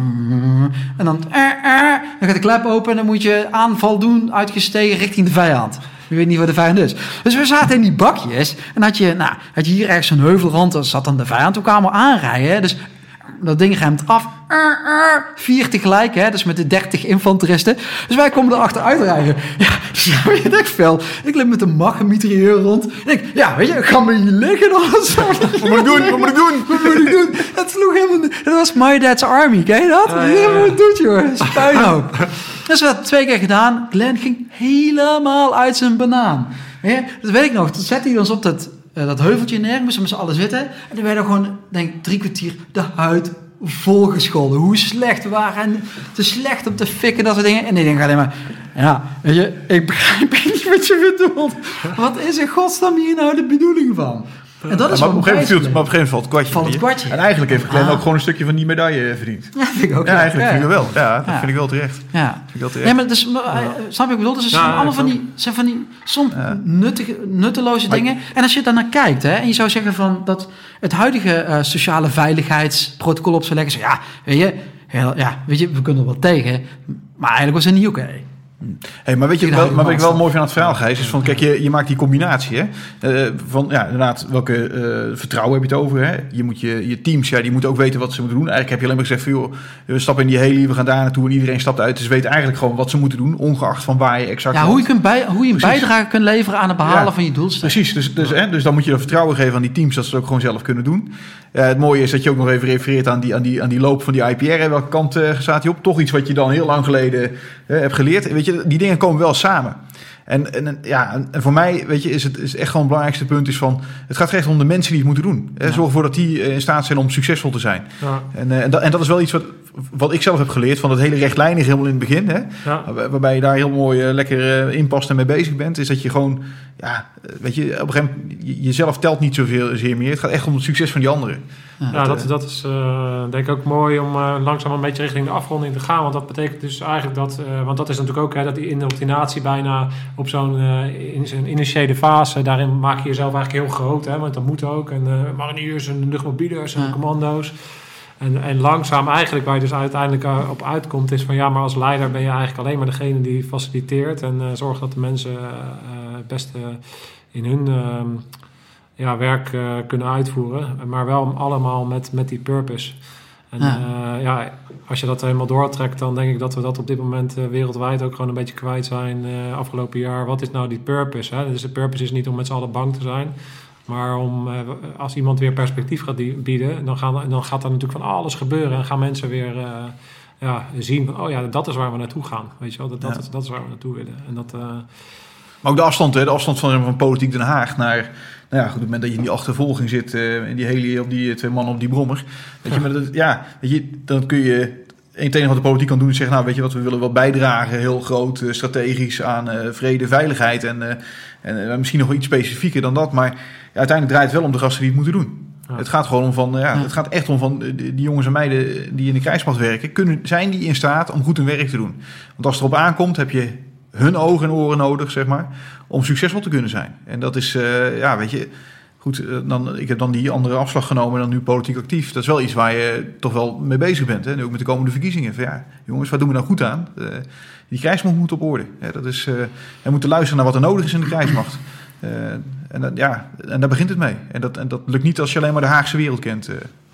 En dan gaat de klep open en dan moet je aanval doen uitgestegen richting de vijand. Je weet niet waar de vijand is. Dus we zaten in die bakjes en had je hier ergens een heuvelrand, daar zat dan de vijand ook allemaal aanrijden. Dus dat ding remt af. 4 tegelijk, hè, dus met de 30 infanteristen. Dus wij komen erachter uitrijden. Ja, dus weet ik veel. Ik liep met een magemitrailleur rond. En ik, weet je, ik ga me hier liggen. Wat moet ik doen? Het sloeg helemaal niet. Dat was My Dad's Army, ken je dat? Wat doet, joh? Puinhoop. Dus we hadden 2 keer gedaan. Glenn ging helemaal uit zijn banaan. Ja, dat weet ik nog. Toen zette hij ons op dat heuveltje neer. Moesten we met z'n allen zitten. En dan werden gewoon, denk ik, 3 kwartier de huid volgescholden. Hoe slecht we waren. En te slecht om te fikken, dat soort dingen. En ik denk alleen maar... Ja, weet je, ik begrijp niet wat je bedoelt. Wat is in godsnaam hier nou de bedoeling van? En dat is maar op een gegeven moment valt het kwartje. Valt het kwartje. En eigenlijk heeft Glenn ook gewoon een stukje van die medaille verdiend. Ja, vind ik ook. Ja, eigenlijk vind ik wel. Ja, dat vind ik wel terecht. Ja. Vind ik wel terecht. Nee, maar dus, snap je wat ik bedoel? Dus het zijn allemaal van die soms nutteloze dingen. En als je daar naar kijkt, hè, en je zou zeggen van dat het huidige sociale veiligheidsprotocol op zou leggen, ja, weet je, we kunnen er wel tegen, maar eigenlijk was het niet oké. Hey, maar weet je wel, wat ik wel mooi vind aan het verhaal, Gijs, is van, kijk, je maakt die combinatie, hè? Van, ja, inderdaad, welke vertrouwen heb je het over, hè? Je moet je teams, ja, die moeten ook weten wat ze moeten doen. Eigenlijk heb je alleen maar gezegd van, joh, we stappen in die heli, we gaan daar naartoe en iedereen stapt uit. Dus ze weten eigenlijk gewoon wat ze moeten doen, ongeacht van waar je exact ja, hoe je een bijdrage kunt leveren aan het behalen van je doelstelling. Precies, dus dan moet je er vertrouwen geven aan die teams dat ze het ook gewoon zelf kunnen doen. Het mooie is dat je ook nog even refereert aan die loop van die IPR. Hè? Welke kant staat die op? Toch iets wat je dan heel lang geleden hebt geleerd. Weet je, die dingen komen wel samen. En voor mij, weet je, is echt gewoon het belangrijkste punt is van, het gaat echt om de mensen die het moeten doen. Ja. Zorg ervoor dat die in staat zijn om succesvol te zijn. Ja. En dat is wel iets wat ik zelf heb geleerd van dat hele rechtlijnig helemaal in het begin. Hè? Ja. Waarbij je daar heel mooi lekker inpast en mee bezig bent. Is dat je gewoon, ja, weet je, op een gegeven moment, jezelf telt niet zoveel meer. Het gaat echt om het succes van die anderen. Ja, dat is denk ik ook mooi om langzaam een beetje richting de afronding te gaan. Want dat betekent dus eigenlijk dat, want dat is natuurlijk ook dat die indoctrinatie bijna op zo'n initiële fase, daarin maak je jezelf eigenlijk heel groot. Hè, want dat moet ook. En mariniers en luchtmobielers en commando's. En langzaam eigenlijk waar je dus uiteindelijk op uitkomt is van ja, maar als leider ben je eigenlijk alleen maar degene die faciliteert en zorgt dat de mensen het beste in hun werk kunnen uitvoeren. Maar wel allemaal met die purpose. En als je dat helemaal doortrekt, dan denk ik dat we dat op dit moment wereldwijd ook gewoon een beetje kwijt zijn afgelopen jaar. Wat is nou die purpose? Hè? Dus de purpose is niet om met z'n allen bang te zijn. Maar om, als iemand weer perspectief gaat bieden, dan gaat er natuurlijk van alles gebeuren. En gaan mensen weer zien van, oh ja, dat is waar we naartoe gaan. Weet je wel, dat is waar we naartoe willen. En dat, maar ook de afstand van politiek Den Haag naar, nou ja, goed, op het moment dat je in die achtervolging zit, in die heli, op die twee mannen op die brommer. Weet je, maar dan kun je. Het enige wat de politiek kan doen is zeggen, nou weet je wat, we willen wel bijdragen, heel groot, strategisch aan vrede, veiligheid en misschien nog wel iets specifieker dan dat. Maar uiteindelijk draait het wel om de gasten die het moeten doen. Ja. Het gaat gewoon om het gaat echt om van die jongens en meiden die in de krijgsmacht werken, zijn die in staat om goed hun werk te doen? Want als het erop aankomt, heb je hun ogen en oren nodig, zeg maar, om succesvol te kunnen zijn. En dat is, weet je. Goed, ik heb dan die andere afslag genomen dan nu politiek actief. Dat is wel iets waar je toch wel mee bezig bent. Hè? Nu ook met de komende verkiezingen. Van, ja, jongens, wat doen we nou goed aan? Die krijgsmacht moet op orde. Dat is, we moeten luisteren naar wat er nodig is in de krijgsmacht. En daar begint het mee. En dat lukt niet als je alleen maar de Haagse wereld kent.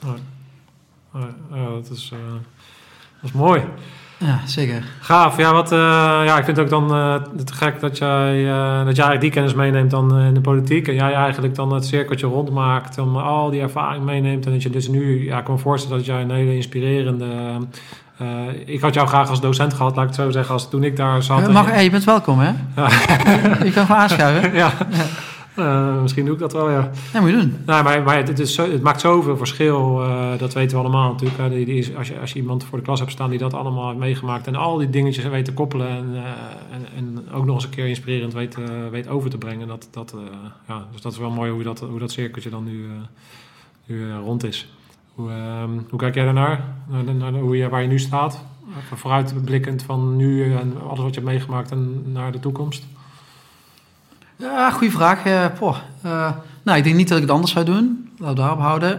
Dat is mooi. Ja, zeker. Gaaf. Ja, ik vind het ook dan te gek dat jij eigenlijk die kennis meeneemt dan in de politiek. En jij eigenlijk dan het cirkeltje rondmaakt om al die ervaring meeneemt. En dat je dus nu, ik kan me voorstellen dat jij een hele inspirerende. Ik had jou graag als docent gehad, laat ik het zo zeggen, als toen ik daar zat. Je bent welkom, hè? Ja. Je kan gewoon aanschuiven. Ja. Misschien doe ik dat wel, ja. Ja, moet je doen. Nou, maar het maakt zoveel verschil. Dat weten we allemaal natuurlijk. Als je iemand voor de klas hebt staan die dat allemaal heeft meegemaakt en al die dingetjes weet te koppelen en ook nog eens een keer inspirerend weet over te brengen. Dus dat is wel mooi hoe dat cirkeltje dan nu rond is. Hoe kijk jij daarnaar? Waar je nu staat? Even vooruitblikkend van nu en alles wat je hebt meegemaakt en naar de toekomst. Ja, goede vraag. Ik denk niet dat ik het anders zou doen. Laten we daarop houden.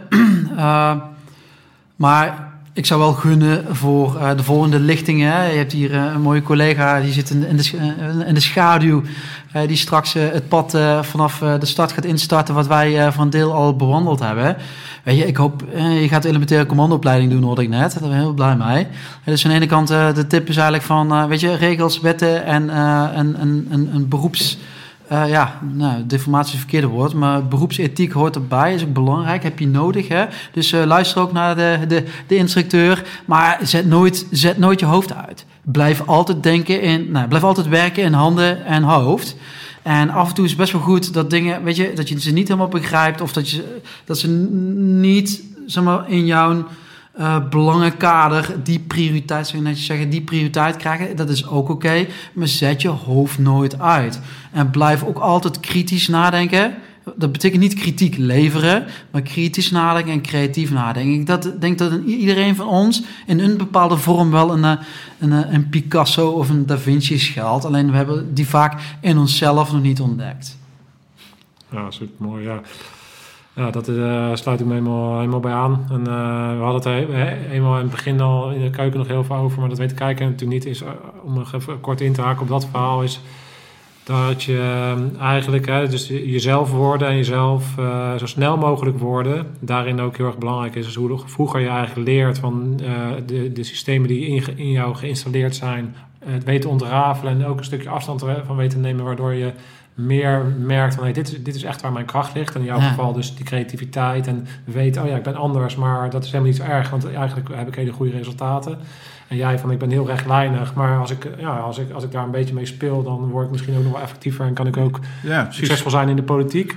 Maar ik zou wel gunnen voor de volgende lichtingen. Je hebt hier een mooie collega, die zit in de schaduw. Die straks het pad vanaf de start gaat instarten, wat wij van deel al bewandeld hebben. Weet je, ik hoop, je gaat de elementaire commandoopleiding doen, hoorde ik net. Daar ben ik heel blij mee. Dus aan de ene kant, de tip is eigenlijk van, regels, wetten en een beroeps... deformatie is het verkeerde woord, maar beroepsethiek hoort erbij, is ook belangrijk, heb je nodig. Hè? Dus luister ook naar de instructeur, maar zet nooit je hoofd uit. Blijf altijd blijf altijd werken in handen en hoofd. En af en toe is het best wel goed dat dingen, weet je, dat je ze niet helemaal begrijpt of dat ze niet, zeg maar, in jouw belangenkader, die prioriteit, zou je netjes zeggen, die prioriteit krijgen. Dat is ook oké, maar zet je hoofd nooit uit. En blijf ook altijd kritisch nadenken. Dat betekent niet kritiek leveren, maar kritisch nadenken en creatief nadenken. Ik denk dat iedereen van ons in een bepaalde vorm wel een Picasso of een Da Vinci schuilt. Alleen we hebben die vaak in onszelf nog niet ontdekt. Ja, super mooi, ja. Ja, dat sluit ik me helemaal bij aan. En we hadden het eenmaal in het begin al in de keuken nog heel veel over, maar dat weet de kijker natuurlijk niet. Is, om nog even kort in te haken op dat verhaal, is dat je eigenlijk dus jezelf worden en jezelf zo snel mogelijk worden, daarin ook heel erg belangrijk is. Dus hoe vroeger je eigenlijk leert van de systemen die in jou geïnstalleerd zijn, het weten ontrafelen en ook een stukje afstand van weten nemen, waardoor je meer merkt van dit is echt waar mijn kracht ligt. En in jouw geval dus die creativiteit en weten, ik ben anders, maar dat is helemaal niet zo erg, want eigenlijk heb ik hele goede resultaten. En jij van, ik ben heel rechtlijnig, maar als ik daar een beetje mee speel, dan word ik misschien ook nog wel effectiever en kan ik ook succesvol zijn in de politiek.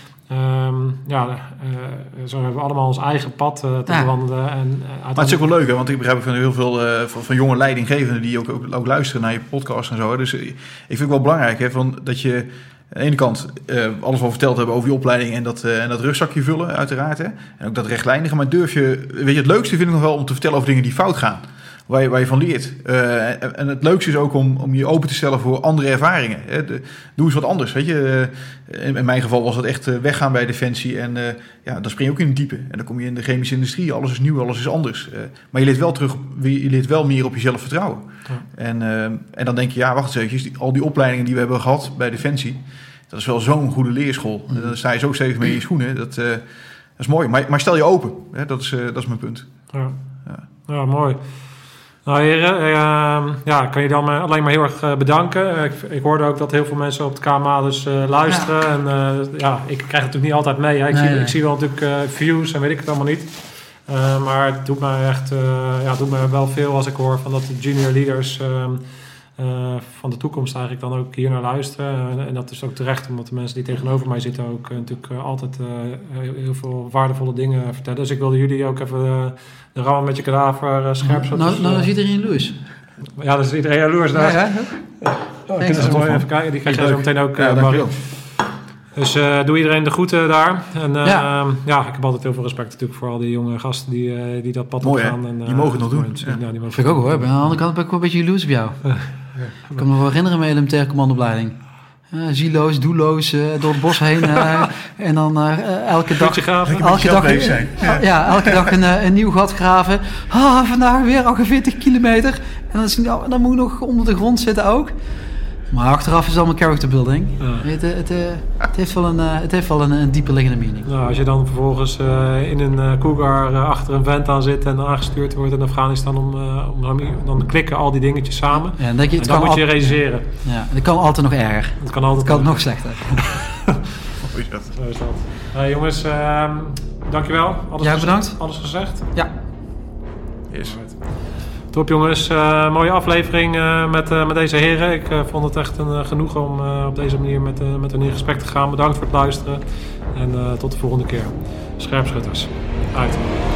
Ja. Zo hebben we allemaal ons eigen pad te bewandelen. Maar het is ook wel leuk, hè? Want ik begrijp van heel veel van jonge leidinggevenden die ook luisteren naar je podcast en zo. Dus ik vind het wel belangrijk, hè, dat je aan de ene kant alles wat we verteld hebben over je opleiding en dat rugzakje vullen, uiteraard. Hè? En ook dat rechtlijnige. Maar durf je, het leukste vind ik nog wel om te vertellen over dingen die fout gaan. Waar je van leert. En het leukste is ook om je open te stellen voor andere ervaringen. Doe eens wat anders. Weet je. In mijn geval was het echt weggaan bij Defensie. En dan spring je ook in het diepe. En dan kom je in de chemische industrie. Alles is nieuw, alles is anders. Maar je leert wel meer op jezelf vertrouwen. Ja. En dan denk je, wacht eens even. Al die opleidingen die we hebben gehad bij Defensie. Dat is wel zo'n goede leerschool. En dan sta je zo stevig mee in je schoenen. Dat is mooi. Maar stel je open. Dat is mijn punt. Ja, mooi. Nou heren, ik kan je dan alleen maar heel erg bedanken. Ik hoorde ook dat heel veel mensen op de KMA dus luisteren. Ja. En ik krijg het natuurlijk niet altijd mee. Hè. Ik zie wel natuurlijk views en weet ik het allemaal niet. Maar het doet mij echt doet mij wel veel als ik hoor van dat de junior leaders van de toekomst eigenlijk dan ook hier naar luisteren. En dat is ook terecht, omdat de mensen die tegenover mij zitten ook natuurlijk altijd heel veel waardevolle dingen vertellen. Dus ik wilde jullie ook even de rammen met je kadaver scherp zetten. Nou is iedereen jaloers. Ja, dan is iedereen jaloers. Kunnen ze mooi even kijken. Die krijg je zo meteen ook, Marie. Dus doe iedereen de groeten daar. En ik heb altijd heel veel respect natuurlijk voor al die jonge gasten die dat pad op gaan. En, die mogen het nog doen. Die vind ik ook hoor. Aan de andere kant ben ik wel een beetje jaloers op jou. Ik kan me wel herinneren met elementaire commandoopleiding. Zieloos, doelloos, door het bos heen. En dan elke dag een nieuw gat graven. Vandaag weer 48 kilometer. En dan moet ik nog onder de grond zitten ook. Maar achteraf is het allemaal character building. Ja. Het heeft wel een dieper liggende meaning. Nou, als je dan vervolgens in een Cougar achter een vent aan zit en aangestuurd wordt in Afghanistan dan klikken al die dingetjes samen. Ja, en dan moet je realiseren. Ja, dat kan altijd nog erger. Het kan nog slechter. Zo is dat. Jongens, dankjewel. Bedankt. Alles gezegd? Ja. Yes. Top jongens, mooie aflevering met deze heren. Ik vond het echt een genoegen om op deze manier met hen in gesprek te gaan. Bedankt voor het luisteren en tot de volgende keer. Scherpschutters, uit.